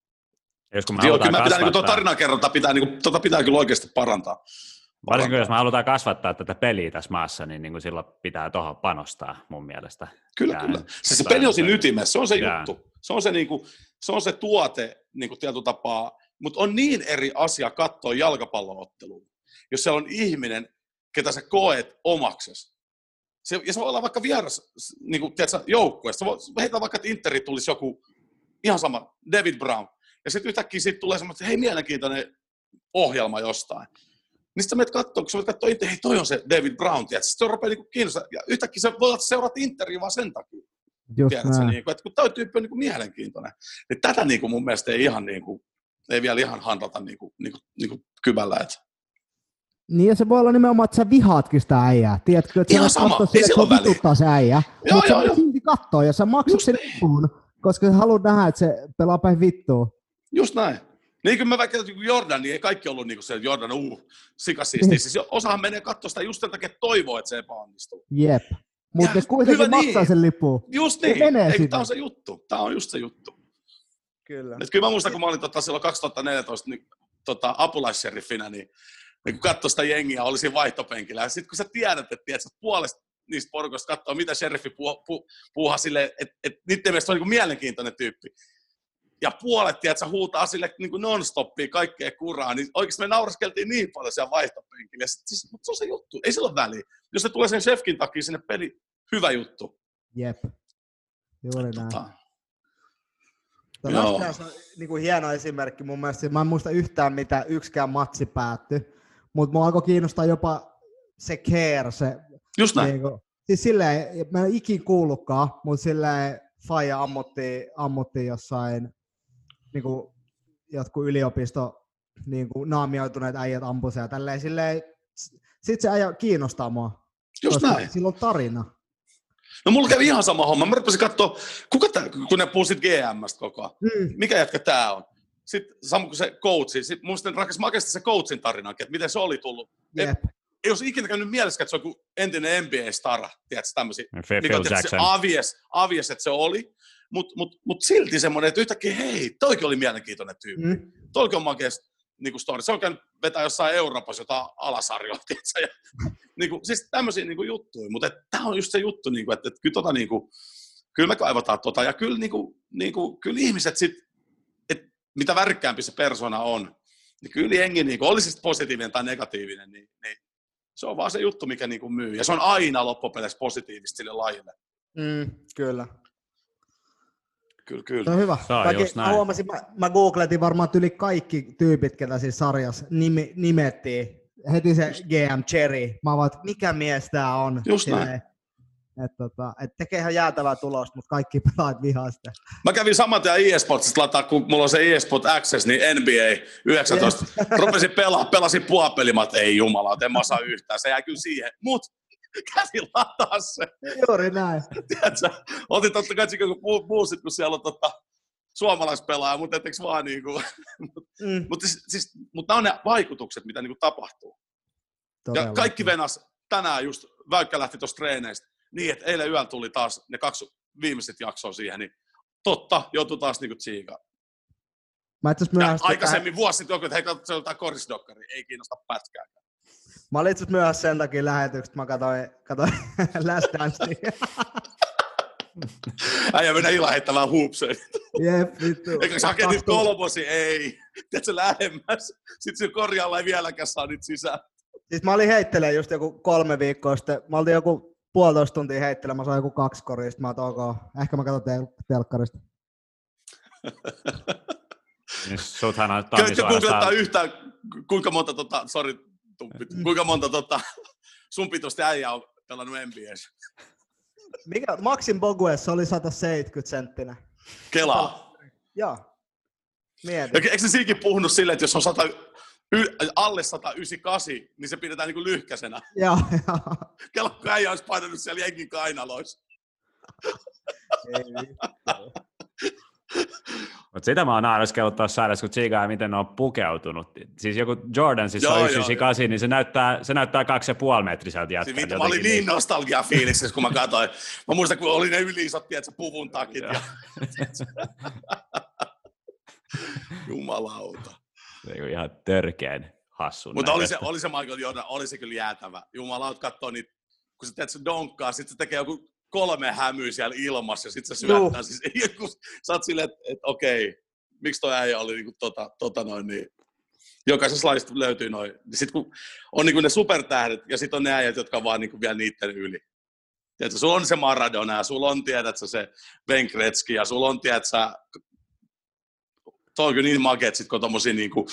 Joo, kyllä pitää niinku tarinankerrontaa pitää kyllä oikeasti parantaa. Varsinkin jos me halutaan kasvattaa tätä peliä tässä maassa, niin silloin pitää tuohon panostaa mun mielestä. Kyllä. Siis se peli on siinä ytimessä, se on se juttu. Se on se tuote niinku tietyllä tapaa, mutta on niin eri asia katsoa jalkapallo-ottelua, jos siellä on ihminen, ketä sä koet omaksesi. Ja se voi olla vaikka vieras niinku, joukkueessa. Heitä vaikka, että Interi tulisi joku ihan sama, David Brown. Ja sitten yhtäkkiä siitä tulee semmoinen, että hei, mielenkiintoinen ohjelma jostain. Niin sitten menet katsoa, kun sä voit katsoa Inter, hei, toi on se David Brown, tiedätkö? Sitten se rupeaa niinku kiinnostaa. Ja yhtäkkiä sä voit seurata Interia vaan sen takia. Tiedätkö, niinku, että kun toi tyyppi on niinku mielenkiintoinen. Niin tätä niinku mun mielestä ei vielä ihan handlata niinku kyvällä. Niin ja se voi olla nimenomaan, että sä vihaatkin sitä äijää. Tiedätkö, että ihan sä sama, ei se ole vituttaa se äijä. Mutta sä voit silti katsoa ja sä maksat sen lippuun, koska sä haluat nähdä, että se pelaa päin vittua. Just näin. Niin kuin mä vaikka Jordan, niin ei kaikki ollut niin kuin se Jordan, sikasiisti. Siis osahan menee katsoa sitä just sen takia, että toivoo, että se epäonnistuu. Jep. Mutta ne kuitenkin maksaa niin. sen lippuun. Just niin. Tämä on se juttu. Tämä on just se juttu. Kyllä. Et kyllä mä muistan, kun mä olin silloin 2014 niin, apulaisseriffinä, niin kun katsoi sitä jengiä, oli siinä vaihtopenkillä. Ja sitten kun sä tiedät, että puolesta niistä porukoista katsoo, mitä sheriffi puuhaa silleen, että niiden mielestä on niin kuin mielenkiintoinen tyyppi. Ja puolet, tiedätkö, huutaa sille niin non-stoppia kaikkea kuraa, niin oikeasti me nauraskeltiin niin paljon siellä vaihtopenkillä. Mutta se on se juttu, ei sillä ole väliä. Jos se tulee sen chefkin takia sinne peli, hyvä juttu. Jep, juuri näin. Joo. Se on niin kuin hieno esimerkki mun mielestä. Mä en muista yhtään, mitä yksikään matsi päättyi, mutta mua alkoi kiinnostaa jopa se care. Just näin. Niin kuin, siis silleen, mä en ikin kuullutkaan, mutta silleen faija ammuttiin jossain niinku jotkut yliopisto niinku naamioituneet äijät ampuisia ja tälleen silleen. Sit se äijä kiinnostaa mua. Just näin. Sillä on tarina. No mulla kävi ihan sama homma. Mä rupesin katsoa, kun ne puhuu sit GM:stä koko ajan. Mikä jätkä tää on? Sitten samoin kuin se coachi. Sitten mun sitten rakas makeasti se coachin tarinakin, että miten se oli tullut. Ei olisi ikinä käynyt mielessä, että se on kuin entinen NBA-stara, tiedätkö, tämmöisiä. Phil Jackson. Obvious, että se oli. Mut silti semmoinen, että yhtäkkiä hei, toikin oli mielenkiintoinen tyyppi. Toikin on makeasti niinku story. Se on käynyt vetää jossain Euroopassa jotain alasarjoa, tiedätkö? Ja, niinku, siis tämmöisiä niinku juttuja. Mutta tämä on just se juttu, niinku, että kyllä niinku, kyllä me kaivataan ja kyllä, kyllä ihmiset sit, että mitä värikkäämpi se persona on, niin kyllä jengi, niinku, olisi sitten positiivinen tai negatiivinen, niin se on vaan se juttu, mikä niinku myy. Ja se on aina loppupeleissä positiivista sille lajille. Kyllä. Kyllä. Se on hyvä. Se on just näin. Mä huomasin, mä googletin varmaan yli kaikki tyypit, ketä siinä sarjassa nimettiin. Heti se GM Cherry. Mä vaan, että mikä mies tää on. Just näin. Että tekee ihan jäätävää tulosta, mutta kaikki pelaat vihaa sitä. Mä kävin saman tien eSportsista lataa, kun mulla on se eSport Access, niin NBA 19. Rupesin pelasin puolipelimat, ei jumala, en mä osaa yhtään, se jäi kyllä siihen. Mut käsin lataa se. Juuri näin. Tiedätkö, otin totta kai kun buussit, kun siellä on suomalaispelaaja, mutta etteikö vaan niinku. Mutta nämä on ne vaikutukset, mitä niinku tapahtuu. Todella. Ja kaikki venas tänään just, Väykkä lähti tuossa treeneistä, niin että eilen yöllä tuli taas ne 2 viimeiset jaksoa siihen, niin totta, joutui taas niinku tsiikaan. Aikaisemmin vuosi sitten joku, että hei, katso, se on jotain korisdokkari, ei kiinnosta pätkääkään. Mä olin itse myöhässä sen takia lähetyksestä, mä katsoin Last Dancea. Äijä mennä illan heittämään huupseen. Jep, vittu. Eikä sä hakee niitä kolmosia, ei. Tiedätkö lähemmäs? Sitten se korjalla ei vieläkään saa niitä sisään. Siis mä olin heittelemään just joku 3 viikkoa sitten. Mä oltiin joku 1,5 tuntia heittelemään, mä sain joku 2 koria, sitten mä oon ok. Ehkä mä katson telkkarista. Suthan on Käytkö googlettaa yhtään, kuinka monta kuinka monta sun pituista äijää on pelannut NBA:ssä? Mikä Maxim Bogues oli 170 senttinen. Kelaa. Joo. Mieti. Eikö se siinäkin puhunut silleen, että jos on alle 198, niin se pidetään niinku lyhkäisenä? Joo. Kelaa, kun äijä olisi painanut siellä jenkin kainaloissa. Ei. Mutta sitä mä oon nauraskellut tuossa sairassa, kun tsiikaa, miten ne on pukeutunut. Siis joku Jordan, siis on 198, niin se näyttää 2,5 metriseltä jätkältä. Mä olin niin nostalgia-fiiliksessä, kun mä katsoin. Mä muistan, kun oli ne yli-isot, puvun takit. Jumalauta. Se ihan törkeän hassun. Mutta oli se Michael Jordan, oli se kyllä jäätävä. Jumalauta katsoo niitä, kun sä teet se donkkaa, sit se tekee joku 3 hämyä siellä ilmassa ja sit se syöttää. Siis, sä oot silleen, että okei, miksi toi äijä oli niinku niin. Jokaisessa lajista löytyy noin. Sitten kun on niinku ne supertähdet ja sitten on ne äijät, jotka on vaan niinku vielä niitten yli. Tiedätkö, sulla on se Maradona ja sulla on, tiedätkö, se Wayne Gretzky ja sulla on, tiedätkö, toi on kyllä niin makeet sit, kun on tommosia niinku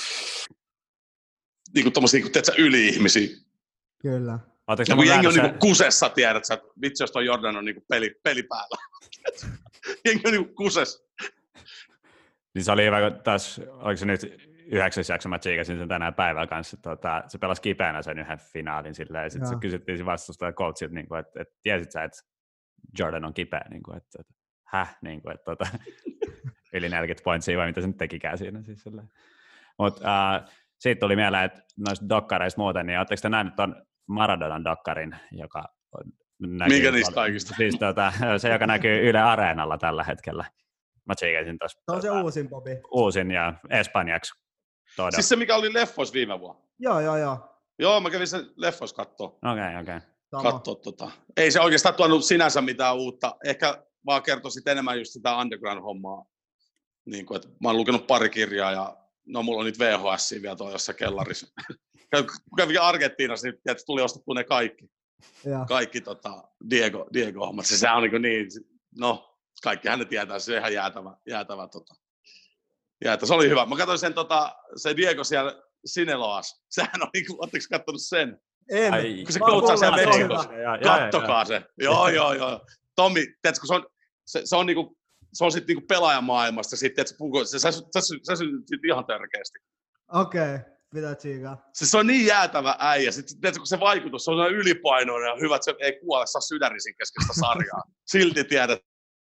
tiedätkö, yli-ihmisiä. Kyllä. Ja kun jengi on niinku kusessa, tiedätkö, että vitsi, jos toi Jordan on niinku peli päällä. Jengi on niinku kusessa. Niin se oli hyvä, kun taas, oliko se nyt 9. jakso, mä tsiikasin sen tänään päivällä kanssa, se pelasi kipeänä sen yhden finaalin silleen, ja sitten se kysyttiin sen vastustajan coachilta, niin että tiesit sä, että Jordan on kipeä, niin kuin, että niin kuin, että yli 40 pointsia vai mitä se nyt tekikään siinä. Siis mutta siitä tuli mieleen, että noista dokkareista muuten, niin ootteko te nähnyt ton Maradonan dokkarin, joka näkyy... Minkä niistä kaikista? Siis se, joka näkyy Yle Areenalla tällä hetkellä. Mä tsiikasin tuossa. Se on se uusin, Bobi. Uusin ja espanjaksi. Todella. Siis se, mikä oli leffoissa viime vuonna? Joo. Joo, mä kävin sen leffoissa kattoo. Okei. Kattoo. Ei se oikeastaan tuonut sinänsä mitään uutta. Ehkä vaan kertoi sit enemmän just sitä underground-hommaa. Niin kuin, että mä oon lukenut pari kirjaa ja no mulla on nyt VHS vielä tuolla jossain kellarissa. Kun kävin Argentiinassa, niin tietysti tuli ostettua ne kaikki. Ja. Kaikki Diego-hommat. Se on niin, no kaikkihan ne tietää, se on ihan jäätävä. Se oli hyvä. Mä katsoin se Diego siellä Sineloas. Sehän on niinku, ootteko kattonut sen? En. Kun se koutsaa siellä Meksikossa. Kattokaa se. Joo. Tommi, tiedätkö, se on niinku, se on sitten niinku pelaajamaailmasta, sitten sä syntyt ihan törkeästi. Okei, mitä tsiikaa? Se on niin jäätävä äijä, sitten kun se vaikutus, se on ylipainoinen ja hyvä, että se ei kuole, saa sydärisin keskeistä sarjaa. Silti tiedät.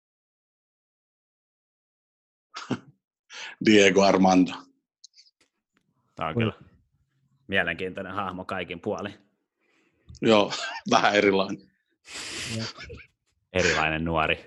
Diego Armando. Tämä on kyllä mielenkiintoinen hahmo kaikin puolin. Joo, vähän erilainen. Erilainen nuori.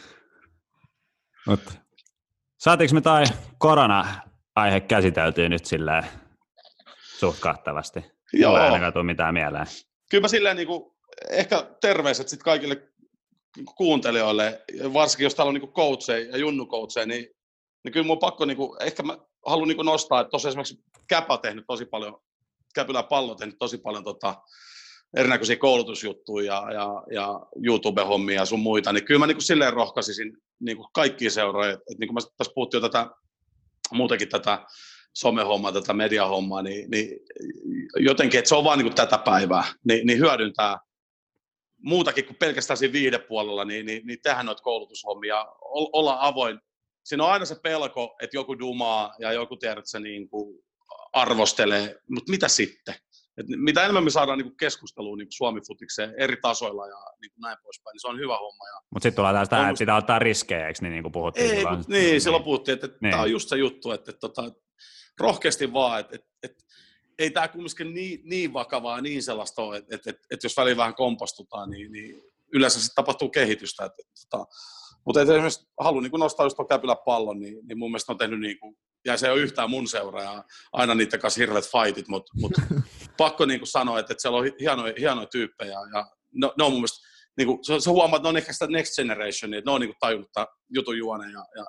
Mutta saatiinko me tai korona-aihe käsiteltyä nyt silleen suht kattavasti? Joo. Ei ainakaan tule mitään mieleen. Kyllä mä silleen niinku, ehkä terveiset sit kaikille kuuntelijoille, varsinkin jos täällä on niinku coacheja ja junnu-coacheja, niin kyllä mun on pakko, niinku, ehkä mä haluan niinku nostaa, että tosiaan esimerkiksi Käpylä Pallo tehnyt tosi paljon erinäköisiä koulutusjuttuja ja YouTube-hommia ja sun muita, niin kyllä mä niin kuin silleen rohkaisisin niin kuin kaikkia seuroja, että niin kuin mä tässä puhuttiin jo muutenkin tätä somehommaa, tätä mediahommaa, niin jotenkin, että se on vaan niin kuin tätä päivää, niin hyödyntää muutakin kuin pelkästään siinä viihdepuolella, niin tehdään noita koulutushommia, olla avoin. Siinä on aina se pelko, että joku dumaa ja joku tiedät, se niin kuin arvostelee, mutta mitä sitten? Et mitä enemmän me saadaan niin kuin keskustelua niin kuin Suomi-futikseen eri tasoilla ja niin kuin näin poispäin, niin se on hyvä homma. Mutta sitten tullaan taas tähän, että pitää ottaa riskejä, eikö niin kuin puhuttiin? Silloin puhuttiin, että tämä on just se juttu, että rohkeasti vaan, että ei tämä kumminkin niin vakavaa, niin sellaista ole, että jos väliin vähän kompastutaan, niin yleensä sitten tapahtuu kehitystä. Mutta esimerkiksi haluan niin nostaa just tuon Käpylän pallon, niin mun mielestä on tehnyt, niin kuin, ja se ei ole yhtään mun seuraaja, aina niiden kanssa hirveät fightit, mutta pakko niin kuin sanoa, että siellä on hienoja tyyppejä, ja ne on mun mielestä, niin kuin, se huomaa, että ne on ehkä sitä next generation, että ne on niin kuin tajunnut tämän jutun juoneen, ja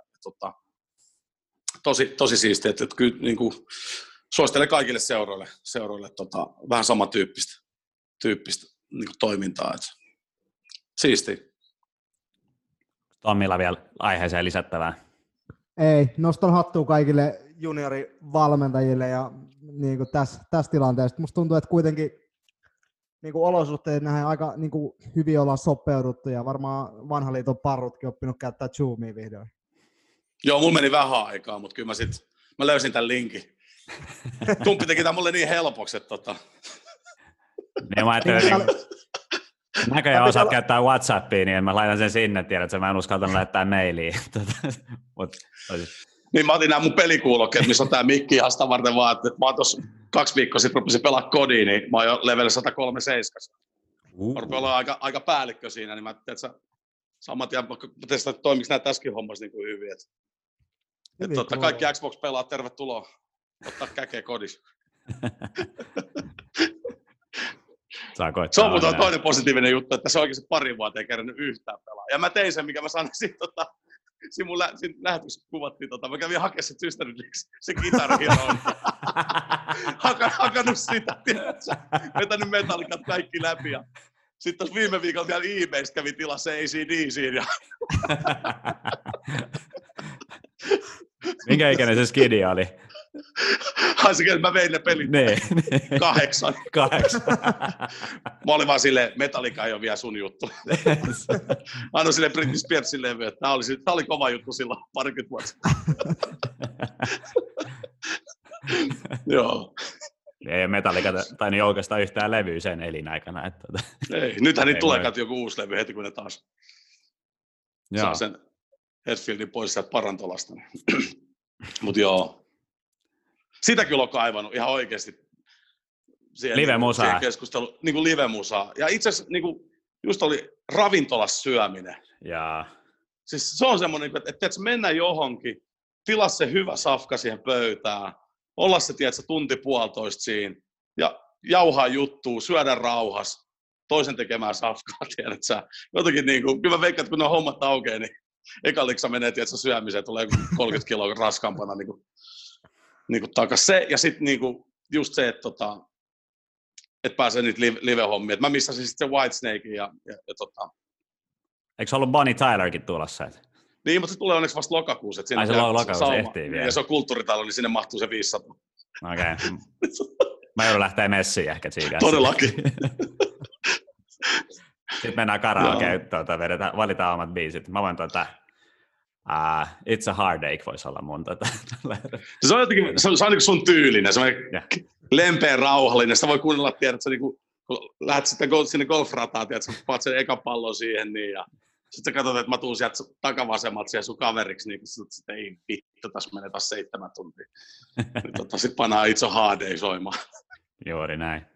tosi siistiä, että kyllä niin kuin, suosittelen kaikille seuroille vähän samantyyppistä niin kuin toimintaa. Että siistiä. Tommilla vielä aiheeseen lisättävää. Ei, nostan hattua kaikille juniorivalmentajille ja niin kuin tässä tilanteessa. Musta tuntuu, että kuitenkin niin kuin olosuhteet nähdään aika niin kuin hyvin ollaan sopeuduttu ja varmaan vanhan liiton parrutkin oppinut käyttää Zoomia vihdoin. Joo, mulla meni vähän aikaa, mutta kyllä mä löysin tämän linkin. Tumppi teki tämän mulle niin helpoksi, että Niin mä ajattelin, näköjään osaat käyttää WhatsAppia, niin mä laitan sen sinne, tiedätkö, mä en uskaltanut lähettää mailia. Niin mä otin nämä mun pelikuulokkeet, missä on tää mikki ihan sitä varten vaan, että mä oon tossa 2 viikkoa sitten rupesin pelaa kodiin, niin mä oon jo level 137. Mä rupean olla aika päällikkö siinä, niin mä teet saman tien testaa, että toimiks nää tässäkin hommassa niin kuin hyvin. Kaikki Xbox-pelaat, tervetuloa ottaa käkeä kodissa. Se on muuten toinen positiivinen juttu, että se oikeasti pari vuotta ei kerännyt yhtään pelaa. Ja mä tein sen, mikä mä sanoin siinä mun lähetyksessä kuvattiin, mä kävin hakemaan sen Systerliksi, se kitarahiroon. Hakannut sitä, tiedätkö? Vetänyt metallikat kaikki läpi. Ja sitten tuossa viime viikolla vielä eBaystä kävi tilassa AC/DC:n. Ja minkä ikäinen se skidi oli? Mä vein ne pelit. Nee. 8. Mä olin vaan silleen, Metallica ei ole vielä sun juttu. Annoin silleen Britney Spearsin levy, että tää oli kova juttu silloin 20 vuotta. Joo. Ei ole Metallica tainnut julkaista yhtään levyä sen elinaikana. Ei, nythän niitä tuleekaan joku uusi levy heti, kun ne taas saa sen Hetfieldin pois sieltä parantolasta. Mut joo. Sitä kyllä on kaivannut ihan oikeasti siihen keskusteluun, niin kuin live-musaa. Ja itse asiassa niin kuin just oli ravintolassa syöminen. Jaa. Siis se on semmoinen, että mennä johonkin, tilaa se hyvä safka siihen pöytään, olla se, tiedätkö, tunti puolitoista siinä, ja jauhaa juttua, syödä rauhassa, toisen tekemään safkaa, tiedätkö. Jotenkin niin kuin, kyllä mä veikkaan, että kun ne hommat aukeaa, niin eka liksa menee, tiedätkö, syömiseen, tulee 30 kiloa raskaampana niin kuin takas se, ja sitten niinku just se, että pääsee niitä live-hommia. Mä missasin sitten se Whitesnakein ja Eikö se ollut Bonnie Tylerkin tulossa? Niin, mutta se tulee onneksi vasta lokakuussa. Ai se lokakuussa ehtii vielä. Ja se on kulttuuritalo, niin sinne mahtuu se 500. Okei. Mä joudun lähteä messiin ehkä siinä. Todellakin. Sitten mennään karaokeen, valitaan omat biisit. Mä voin It's a Heartache voisi olla mun Se on jotenkin, se on niin sun tyylinen, se on lempeä rauhallinen. Sitä voi kuunnella, tiedät, että kun lähdet sitten sinne golfrataan, tiedät, että paat sen ekan pallon siihen, niin, ja sitten katsot, että mä tuun sieltä takavasemmalta siihen sun kaveriksi, niin sitten ei vittu, tässä menee taas 7 tuntia. Sitten pannaan It's a Heartache soimaan. Juuri näin.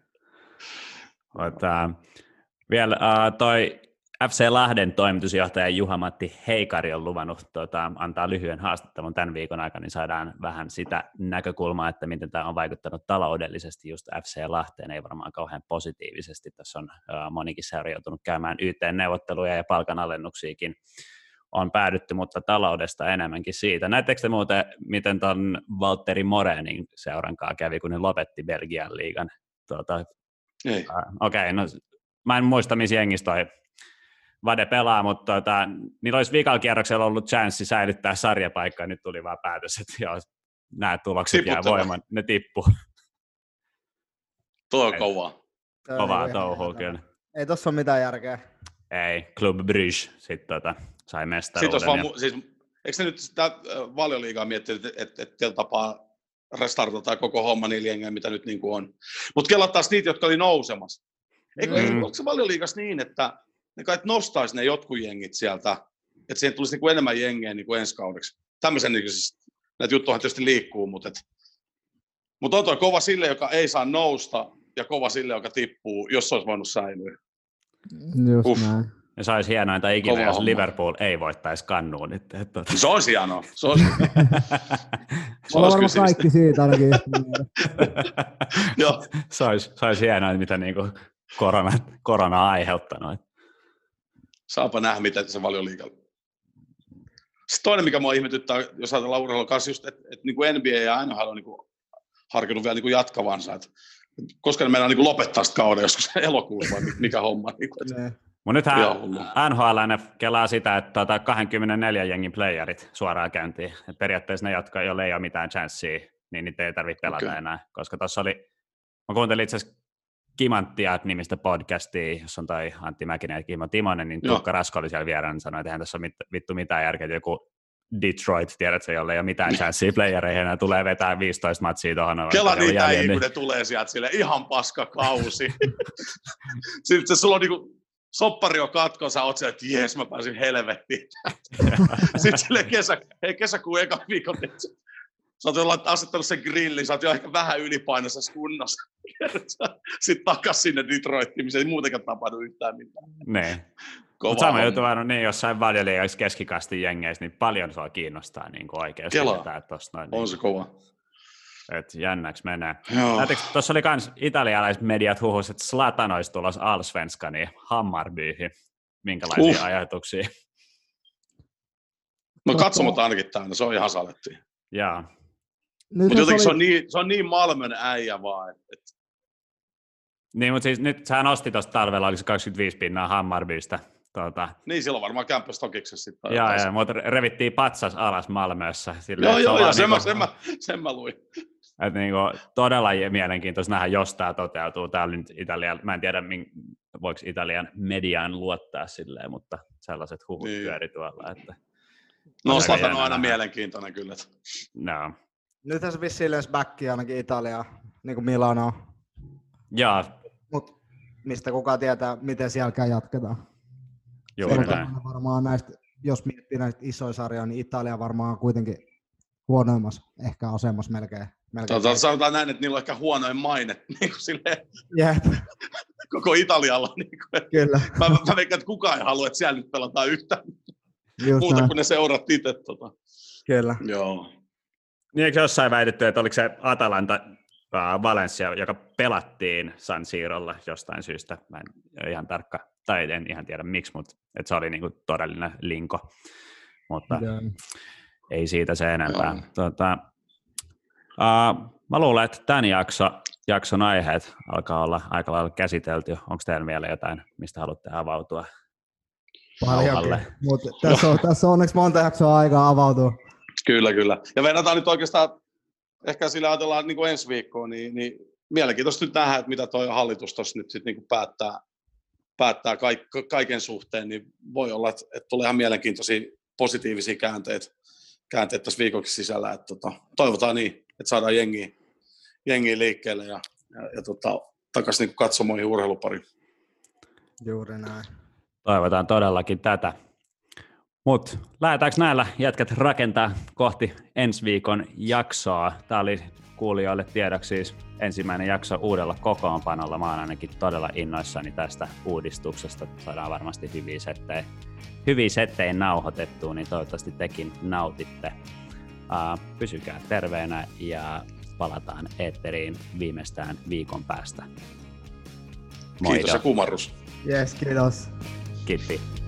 Vielä toi FC Lahden toimitusjohtaja Juha-Matti Heikari on luvannut antaa lyhyen haastattelun tämän viikon aikana, niin saadaan vähän sitä näkökulmaa, että miten tämä on vaikuttanut taloudellisesti just FC Lahteen, ei varmaan kauhean positiivisesti. Tässä on monikin seura joutunut käymään YT-neuvotteluja ja palkanalennuksiakin on päädytty, mutta taloudesta enemmänkin siitä. Näettekö te muuten, miten tuon Valtteri Morenin seuran kanssa kävi, kun ne lopetti Belgian liigan Ei. Okei, no mä en muista, missä jengissä toi Vade pelaa, mutta niillä olisi viikalla kierroksella ollut chanssi säilyttää sarjapaikkaa, nyt tuli vaan päätös, että joo, nämä tulokset jää voimaan, ne tippuu. Tuo on kovaa. Kovaa touhua kyllä. Ei tossa ole mitään järkeä. Ei, Club Brugge sitten sai mestaruuden. Eikö ne nyt sitä Valioliigaa miettinyt, että teillä tapaa restartata koko homma niillä jengillä, mitä nyt niin kuin on. Mutta kelataan niitä, jotka oli nousemassa. Onko se Valioliigassa niin, että ne kai nostaisi ne jotkut jengit sieltä, että siihen tulisi niin kuin enemmän jengiä niin kuin ensi kaudeksi. Tämmöisen niin siis, näitä juttuahan tietysti liikkuu, mutta on toi kova sille, joka ei saa nousta, ja kova sille, joka tippuu, jos se olisi voinut säilyä. Just näin. Ja se olisi hienointa ikinä, jos Liverpool ei voittaisi Kannuun. Se olisi hienoa. Se olisi kaikki siitä ainakin. Se olisi hienoa, mitä niinku korona on aiheuttanut. Saapa nähdä, mitä se Valioliigalla. Sitten toinen, mikä mua ihmetyttää, jos ajatellaan urheilun kanssa, just, että niin kuin NBA ja NHL on niin kuin harkinnut vielä niin kuin jatkavansa. Että koska ne mennään niin lopettaa sitä kauden joskus elokuussa vai mikä homma. Mutta nythän NHL kelaa sitä, että 24 jengin playerit suoraan käyntiin. Et periaatteessa ne, joilla ei ole mitään chanssia, niin niitä ei tarvitse pelata enää. Koska tuossa mä kuuntelin itse asiassa Kimanttia-nimistä podcastia, jossa on toi Antti Mäkinen ja Kimmo Timonen, niin Tuukka Rasko oli siellä vieraana ja sanoi, että eihän tässä ole vittu mitään järkeä, että joku Detroit, tiedätkö, jolle ei ole mitään chanssia playereihin, ja tulee vetää 15 matsia tuohon. Kela niitä ei, kun ne tulee sieltä sille ihan paska kausi. Sitten sulla on niinku soppari on katko, sä oot siellä, että jees, mä pääsin helvettiin. Sitten sille kesäkuun eka viikon, sä oot jollain asettanut sen grillin, sä oot jo ehkä vähän ylipainoisessa kunnossa. Sitten takas sinne Detroittiin, missä ei muutenkaan tapahdu yhtään mitään. Ne. Mutta sama juttu vaan niin jossain Valioliigassa keskikastin jengeissä, niin paljon sua kiinnostaa niin oikeasti. On se kova. Että jännäksi menee. Tuossa oli myös italialaismediat huhus, että Zlatan olisi tulossa Allsvenskaniin, Hammarbyihin. Minkälaisia ajatuksia? No katsomot ainakin täynnä, se on ihan salettiin. Jaa. Mutta jotenkin se on niin Malmön äijä vaan. Niin, mutta siis nyt sehän osti tuosta talvella, oliko se 25 pinnaa Hammarbystä. Niin, silloin varmaan Campus-Stokiksessa sitten. Joo, mutta revittiin patsas alas Malmössä. Joo, sen mä luin. Että niinku, todella mielenkiintoista nähdä, jos tämä toteutuu. Tämä oli nyt Italian, mä en tiedä, voiko Italian mediaan luottaa silleen, mutta sellaiset huhut pyöri tuolla. Että no, Zlatan on aina mielenkiintoinen kyllä. No. Nythän se vissiin lensi backia ainakin Italiaan, niin kuin Milanoa. Joo. Mut mistä kukaan tietää, miten sielläkään jatketaan. Juuri näin. Varmaan näistä, jos miettii näistä isoja sarjoja, niin Italia varmaan kuitenkin huonoimmassa ehkä asemassa melkein. Sanotaan näin, että niillä on ehkä huonoin maine niin kuin silleen, koko Italialla. Niin kuin, kyllä. Mä veikkaan, että kukaan ei halua, että siellä nyt pelataan yhtään muuta näin. kuin ne seurat itse. Kyllä. Joo. Niin eikö jossain väitetty, että oliko se Atalanta Valencia, joka pelattiin San Sirolla jostain syystä, mä en ihan tarkka, tai en ihan tiedä miksi, mutta että se oli niinku todellinen linko, mutta ei siitä se enempää. Mä luulen, että tämän jakson aiheet alkaa olla aika lailla käsitelty. Onko teillä vielä jotain, mistä haluatte avautua? Paljonkin, mutta tässä on onneksi monta jaksoa aikaa avautua. Kyllä. Ja venataan nyt oikeastaan, ehkä sillä ajatellaan niin kuin ensi viikkoon, niin mielenkiintoista nyt nähdä, että mitä tuo hallitus tuossa nyt sitten niin kuin päättää kaiken suhteen, niin voi olla, että tulee ihan mielenkiintoisia positiivisia käänteitä tässä viikoksi sisällä. Että toivotaan niin, että saadaan jengiä liikkeelle ja takaisin niin katsomoihin urheilupariin. Juuri näin. Toivotaan todellakin tätä. Mutta lähdetäänkö näillä jätkät rakentaa kohti ensi viikon jaksoa? Tämä oli kuulijoille tiedoksi siis ensimmäinen jakso uudella kokoonpanolla. Mä oon ainakin todella innoissani tästä uudistuksesta. Saadaan varmasti hyviä settejä nauhoitettua, niin toivottavasti tekin nautitte. Pysykää terveenä ja palataan eetteriin viimeistään viikon päästä. Kiitos ja kumarrus. Yes, kiitos. Kiitos.